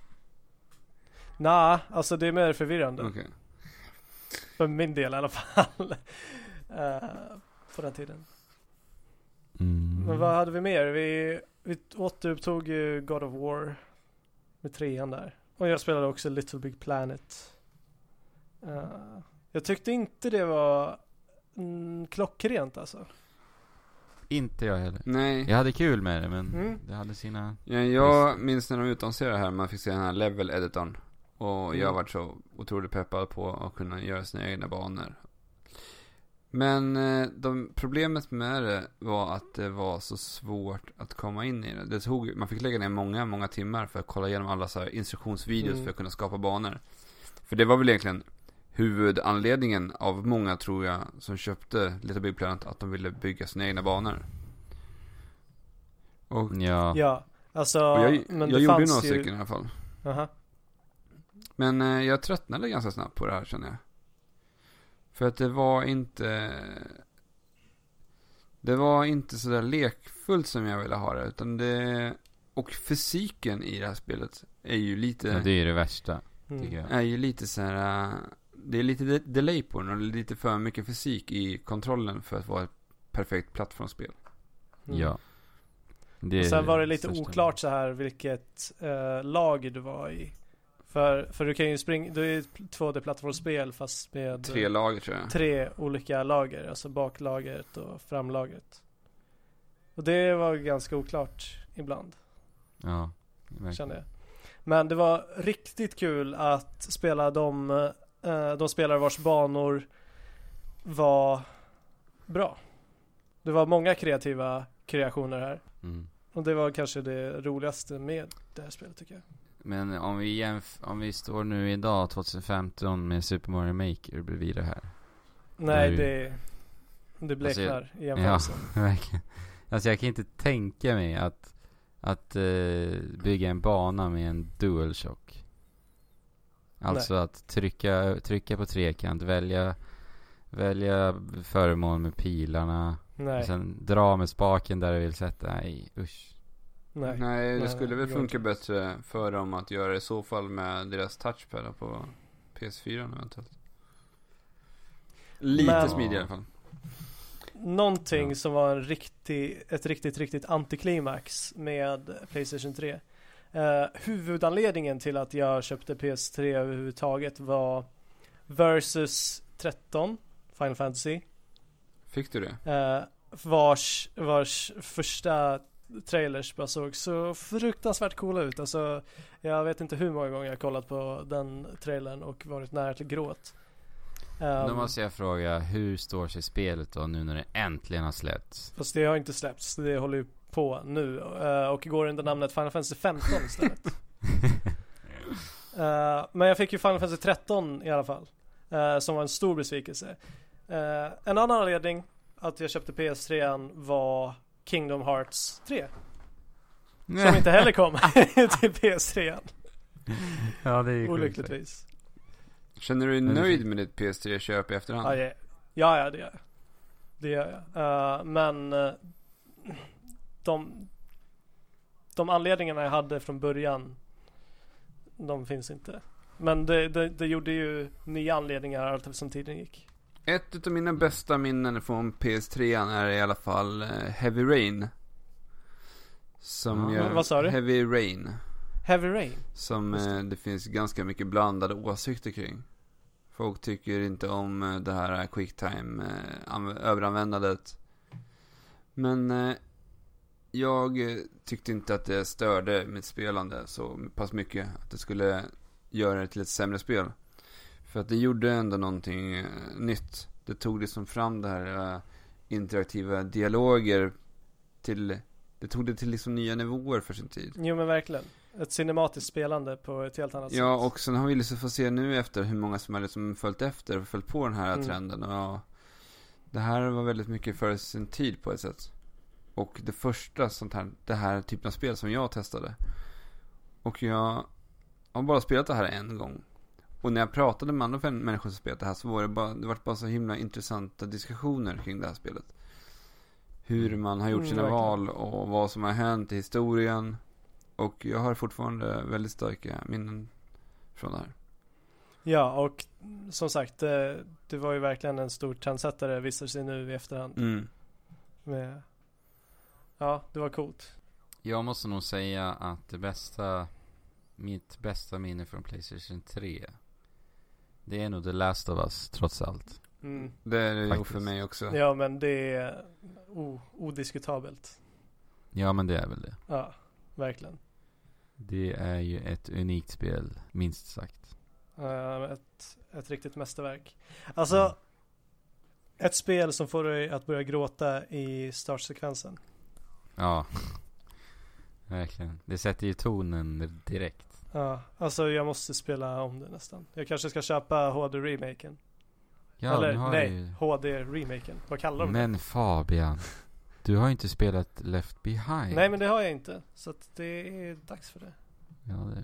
Nej, alltså det är mer förvirrande.
Okej.
För min del i alla fall. uh, på den tiden.
Mm.
Men vad hade vi mer? Vi, vi återupptog ju God of War med trean där. Och jag spelade också Little Big Planet. Uh, jag tyckte inte det var mm, klockrent alltså.
Inte jag heller.
Nej.
Jag hade kul med det, men
Mm.
det hade sina...
Ja, jag minns när de utannonserade här, man fick se den här level-editorn. Och jag
Mm.
var så otroligt peppad på att kunna göra sina egna banor. Men eh, de, problemet med det var att det var så svårt att komma in i det. Det tog, man fick lägga ner många, många timmar för att kolla igenom alla så här instruktionsvideos
Mm.
för att kunna skapa banor. För det var väl egentligen huvudanledningen av många, tror jag, som köpte Little Big Planet, att de ville bygga sina egna banor. Och,
Ja.
Ja, alltså.
och jag,
men
jag
det
gjorde
fanns
några
ju...
stycken i alla fall.
Aha.
Men eh, jag tröttnade ganska snabbt på det här, känner jag. För att det var inte... Det var inte så där lekfullt som jag ville ha det. Utan det... Och fysiken i det här spelet är ju lite...
Ja, det är ju det värsta,
Mm.
tycker jag.
Är ju lite så här... eh, Det är lite de- delay på den och lite för mycket fysik i kontrollen för att vara ett perfekt plattformsspel.
Mm.
Ja. Det
Och
är
sen var det lite
största.
oklart så här vilket eh, lager du var i. För, för du kan ju springa, du är ju ett två D-plattformsspel fast med
Tre lager, tror jag.
tre olika lager, alltså baklagret och framlagret. Och det var ganska oklart ibland,
Ja, verkligen.
kände jag. Men det var riktigt kul att spela de, eh, de spelare vars banor var bra. Det var många kreativa kreationer här.
Mm.
Och det var kanske det roligaste med det här spelet, tycker jag.
Men om vi jämf- om vi står nu idag tjugohundrafemton med Super Mario Maker bredvid det här.
Nej,
ju-
det, det bleknar
Alltså,
i jämförelse.
Verkligen. Alltså jag kan inte tänka mig att att eh, bygga en bana med en DualShock. Alltså att trycka trycka på trekant, välja välja föremål med pilarna,
Nej,
och sen dra med spaken där du vill sätta. Nej, usch.
nej.
Nej, det
Nej,
skulle
det
väl
går
funka
inte.
bättre för dem att göra det i så fall med deras touchpad på P S fyra eventuellt. Lite
Men-
smidigare i alla fall.
Någonting
Ja.
som var en riktig, ett riktigt, riktigt antiklimax med PlayStation tre. Uh, huvudanledningen till att jag köpte P S tre överhuvudtaget var Versus tretton, Final Fantasy.
Fick du det?
Uh, vars, vars första trailers bara såg så fruktansvärt coola ut. Alltså, jag vet inte hur många gånger jag har kollat på den trailern och varit nära till gråt. Um,
Då måste jag fråga, hur står sig spelet då nu när det äntligen har släppts?
Fast det har inte släppts. Det håller ju på nu. Uh, och går under namnet Final Fantasy femton istället. uh, men jag fick ju Final Fantasy tretton i alla fall. Uh, som var en stor besvikelse. Uh, en annan anledning att jag köpte P S tre var Kingdom Hearts tre. Som inte heller kom till P S tre.
Ja, det är ju
Olyckligtvis.
Känner du dig
Men det
nöjd
fin-
med ditt P S tre-köp i efterhand?
Ja, ja, ja, ja, det gör jag. Det gör jag. Uh, men uh, de, de anledningarna jag hade från början, de finns inte. Men det, det, det gjorde ju nya anledningar allt eftersom tiden gick.
Ett av mina bästa minnen från P S tre är i alla fall uh, Heavy Rain. Som
Ja.
gör,
Vad sa du?
Heavy Rain.
Heavy Rain.
Som uh, det finns ganska mycket blandade åsikter kring. Folk tycker inte om uh, det här quicktime uh, anv- överanvändandet. Men uh, jag uh, tyckte inte att det störde mitt spelande så pass mycket att det skulle göra det till ett sämre spel. För att det gjorde ändå någonting uh, nytt. Det tog liksom fram det här uh, interaktiva dialoger till, det tog det till liksom nya nivåer för sin tid.
Jo men verkligen. Ett cinematiskt spelande på ett helt annat
Ja,
sätt.
och sen har vi liksom fått se nu efter hur många som har liksom följt efter och följt på den här
Mm.
trenden. Och det här var väldigt mycket för sin tid på ett sätt. Och det första sånt här, det här typen av spel som jag testade. Och jag har bara spelat det här en gång. Och när jag pratade med andra människor som spelat det här så var det bara, det var bara så himla intressanta diskussioner kring det här spelet. Hur man har gjort
Mm,
sina
verkligen.
val och vad som har hänt i historien. Och jag har fortfarande väldigt starka minnen från det här.
Ja, och som sagt, det, det var ju verkligen en stor trendsättare, visar sig nu i efterhand.
Mm.
Med, ja, det var coolt.
Jag måste nog säga att det bästa, mitt bästa minne från PlayStation tre, det är nog The Last of Us, trots allt.
Mm.
Det är det ju
Faktiskt.
för mig också.
Ja, men det är o- odiskutabelt.
Ja, men det är väl det.
Ja, verkligen.
Det är ju ett unikt spel, minst sagt.
Uh, ett, ett riktigt mästerverk. Alltså,
Mm.
ett spel som får dig att börja gråta i startsekvensen.
Ja, verkligen. Det sätter ju tonen direkt.
Ja, alltså jag måste spela om det nästan. Jag kanske ska köpa H D-remaken.
Ja,
Eller
nu har
nej,
du ju...
H D-remaken. Vad kallar de det?
Men Fabian, du har ju inte spelat Left Behind.
Nej, men det har jag inte. Så att det är dags för det.
Ja, det...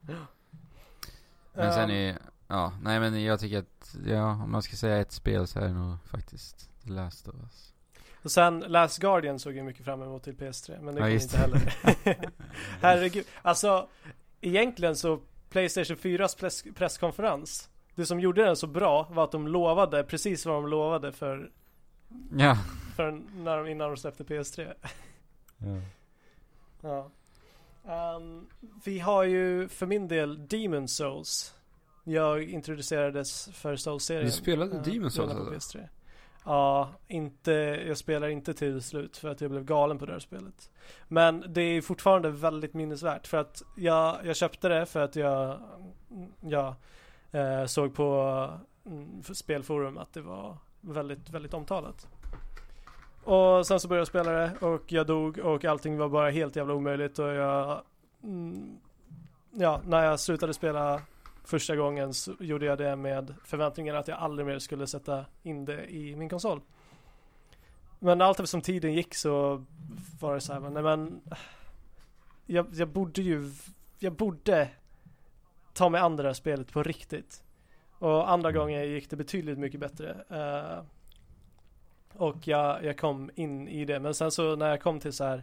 Men sen
Um,
är... Ja, nej men jag tycker att... Ja, om man ska säga ett spel så är det nog faktiskt The Last of Us.
Och sen Last Guardian såg jag mycket fram emot till P S tre. Men det
Ja,
kom
just
inte heller. Herregud. Alltså, egentligen så PlayStation fyras press- presskonferens. Det som gjorde den så bra var att de lovade precis vad de lovade för,
Ja.
för när de, innan de släppte P S tre.
Ja.
Ja. Um, vi har ju för min del Demon's Souls. Jag introducerades för Souls-serien.
Du spelade
eh,
Demon's Souls
redan på
alltså?
P S tre. Ja, inte, jag spelar inte till slut för att jag blev galen på det här spelet. Men det är fortfarande väldigt minnesvärt för att jag, jag köpte det för att jag, jag eh, såg på mm, spelforum att det var väldigt, väldigt omtalat. Och sen så började jag spela det och jag dog och allting var bara helt jävla omöjligt och jag mm, ja, när jag slutade spela första gången så gjorde jag det med förväntningen att jag aldrig mer skulle sätta in det i min konsol. Men allt eftersom tiden gick så var det så här, men, nej, men jag, jag borde ju jag borde ta mig an det där spelet på riktigt. Och andra
Mm.
gånger gick det betydligt mycket bättre. Uh, och jag, jag kom in i det. Men sen så när jag kom till så här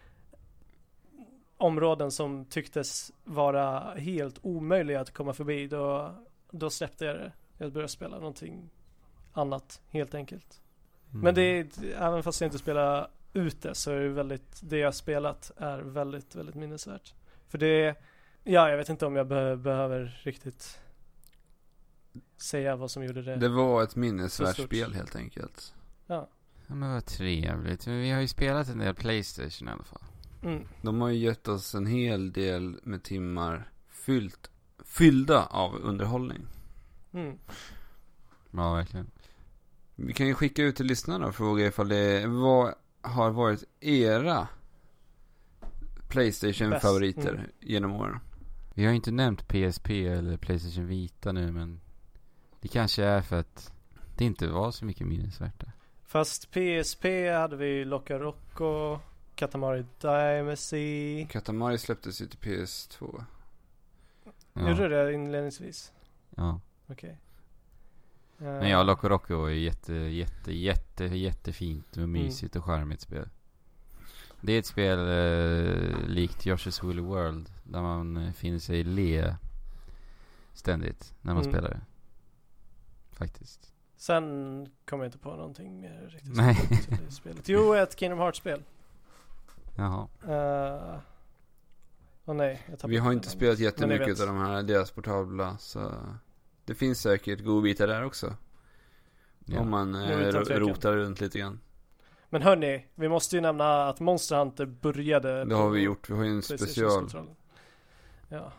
områden som tycktes vara helt omöjliga att komma förbi, då, då släppte jag det. Jag började spela någonting annat helt enkelt.
Mm.
Men det är, även fast jag inte spelar ute så är det väldigt, det jag spelat är väldigt, väldigt minnesvärt. För det, ja jag vet inte om jag be- behöver riktigt säga vad som gjorde det.
Det var ett
Så
minnesvärt
stort.
spel helt enkelt.
Ja.
Ja, men vad trevligt. Men vi har ju spelat en del PlayStation i alla fall.
Mm.
De har ju gett oss en hel del med timmar fyllt, fyllda av underhållning.
Mm.
Ja, verkligen.
Vi kan ju skicka ut till lyssnarna och fråga ifall det vad har varit era PlayStation-favoriter
Mm.
genom åren.
Vi har ju inte nämnt P S P eller PlayStation Vita nu, men det kanske är för att det inte var så mycket minnesvärt där.
Fast P S P hade vi Loca Rocco, Katamari Damacy.
Katamari släpptes ju till P S två.
Ja.
Gjorde du det inledningsvis?
Ja.
Okej.
Men ja, Loco Roco är jätte, jätte, jätte, jättefint och mysigt och charmigt spel. Det är ett spel eh, likt Yoshi's Woolly World, där man eh, finner sig le ständigt när man
Mm.
spelar det. Faktiskt.
Sen kommer jag inte på någonting mer riktigt.
Nej.
till det spelet. Jo, ett Kingdom Hearts-spel.
Jaha.
Uh, Åh nej, jag tappade
Vi har
det
inte
namnet.
spelat
Men
jättemycket
ni vet.
av de här deras portabla, så det finns säkert godbitar där också.
Ja.
Om man eh,
Jo, utan
ro-
tvekan.
rotar runt lite grann.
Men hörni, vi måste ju nämna att Monster Hunter började
Det
på
har vi gjort, vi har ju en special.
PlayStation-kontrollen. Ja,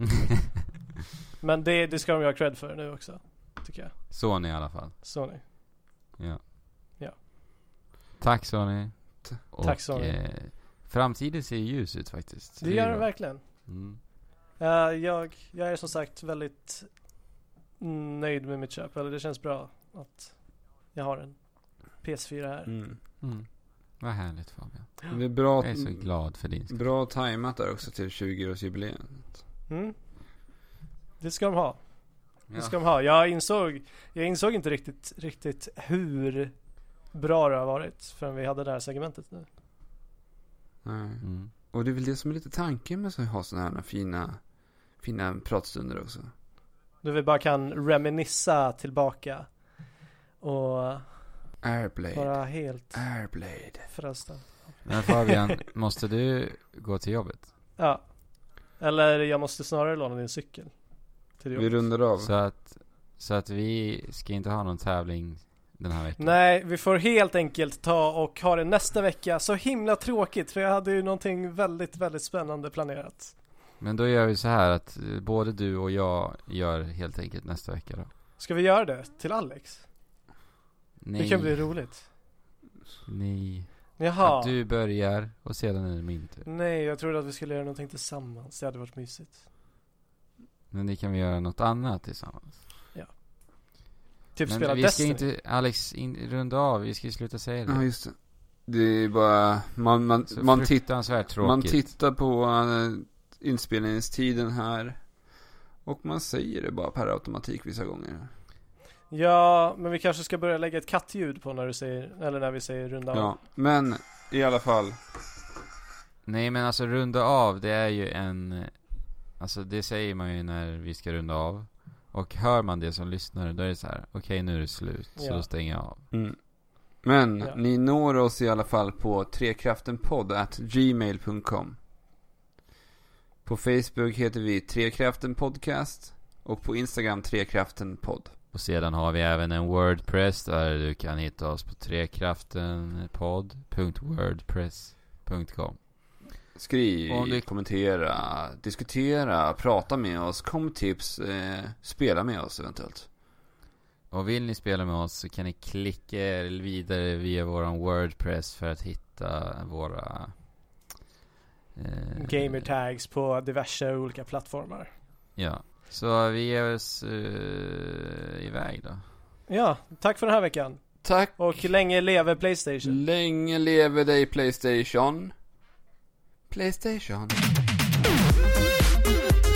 men det, det ska de ju ha cred för nu också, tycker jag.
Sony i alla fall.
Sony.
Ja.
Ja.
Tack Sony.
T-
Och,
Tack, Sony.
Eh, framtiden ser ljus ut faktiskt.
Det
är
gör
bra.
den verkligen.
Mm.
Uh, jag, jag är som sagt väldigt nöjd med mitt köp. Eller det känns bra att jag har en P S fyra här.
Mm.
Mm. Vad härligt Fabian.
Det är bra,
Jag är så glad för din skull.
bra tajmat där också till tjugo-årsjubileet.
Mm. Det ska de ha. Det
Ja.
ska de ha. Jag insåg, jag insåg inte riktigt, riktigt hur bra det har varit förrän vi hade det här segmentet nu.
Nej.
Mm.
Och det är väl det som är lite tanken med att ha sådana här fina, fina pratstunder också.
Då vi bara kan reminissa tillbaka och
Airblade.
vara helt
Airblade.
frälsta.
Men Fabian, måste du gå till jobbet?
Ja. Eller jag måste snarare låna din cykel till
Vi
jobbet.
rundar av.
Så att, så att vi ska inte ha någon tävling den här veckan.
Nej, vi får helt enkelt ta och ha det nästa vecka. Så himla tråkigt, för jag hade ju någonting väldigt, väldigt spännande planerat.
Men då gör vi så här att eh, både du och jag gör helt enkelt nästa vecka då.
Ska vi göra det till Alex?
Nej.
Det kan bli roligt.
Nej.
Jaha.
Att du börjar och sedan är det min tur.
Nej, jag trodde att vi skulle göra någonting tillsammans. Det hade varit mysigt.
Men det kan vi göra något annat tillsammans.
Typ
Men
spela
vi
Destiny.
ska inte, Alex, in, runda av. Vi ska ju sluta säga det.
Ja, just det. Det är bara, man, man,
Så
man, titt,
fruktansvärt tråkigt.
man tittar på uh, inspelningstiden här. Och man säger det bara per automatik vissa gånger.
Ja, men vi kanske ska börja lägga ett kattljud på när du säger, eller när vi säger runda av.
Ja, men i alla fall.
Nej, men alltså runda av, det är ju en... Alltså det säger man ju när vi ska runda av. Och hör man det som lyssnare, då är det så här: okej, okay, nu är det slut. Så
Ja.
då stänger jag av.
Mm. Men
Ja.
ni når oss i alla fall på trekraftenpodd at gmail dot com. På Facebook heter vi Trekraften Podcast. Och på Instagram Trekraftenpodd.
Och sedan har vi även en Wordpress där du kan hitta oss på trekraftenpodd punkt wordpress punkt com.
Skriv,
Om du-
kommentera, diskutera, prata med oss, kom med tips, eh, spela med oss eventuellt.
Och vill ni spela med oss så kan ni klicka er vidare via våran Wordpress för att hitta våra eh,
Gamer tags på diverse olika plattformar.
Ja, så vi ger oss eh, iväg då.
Ja, tack för den här veckan.
Tack.
Och länge leve PlayStation.
Länge leve dig PlayStation. PlayStation.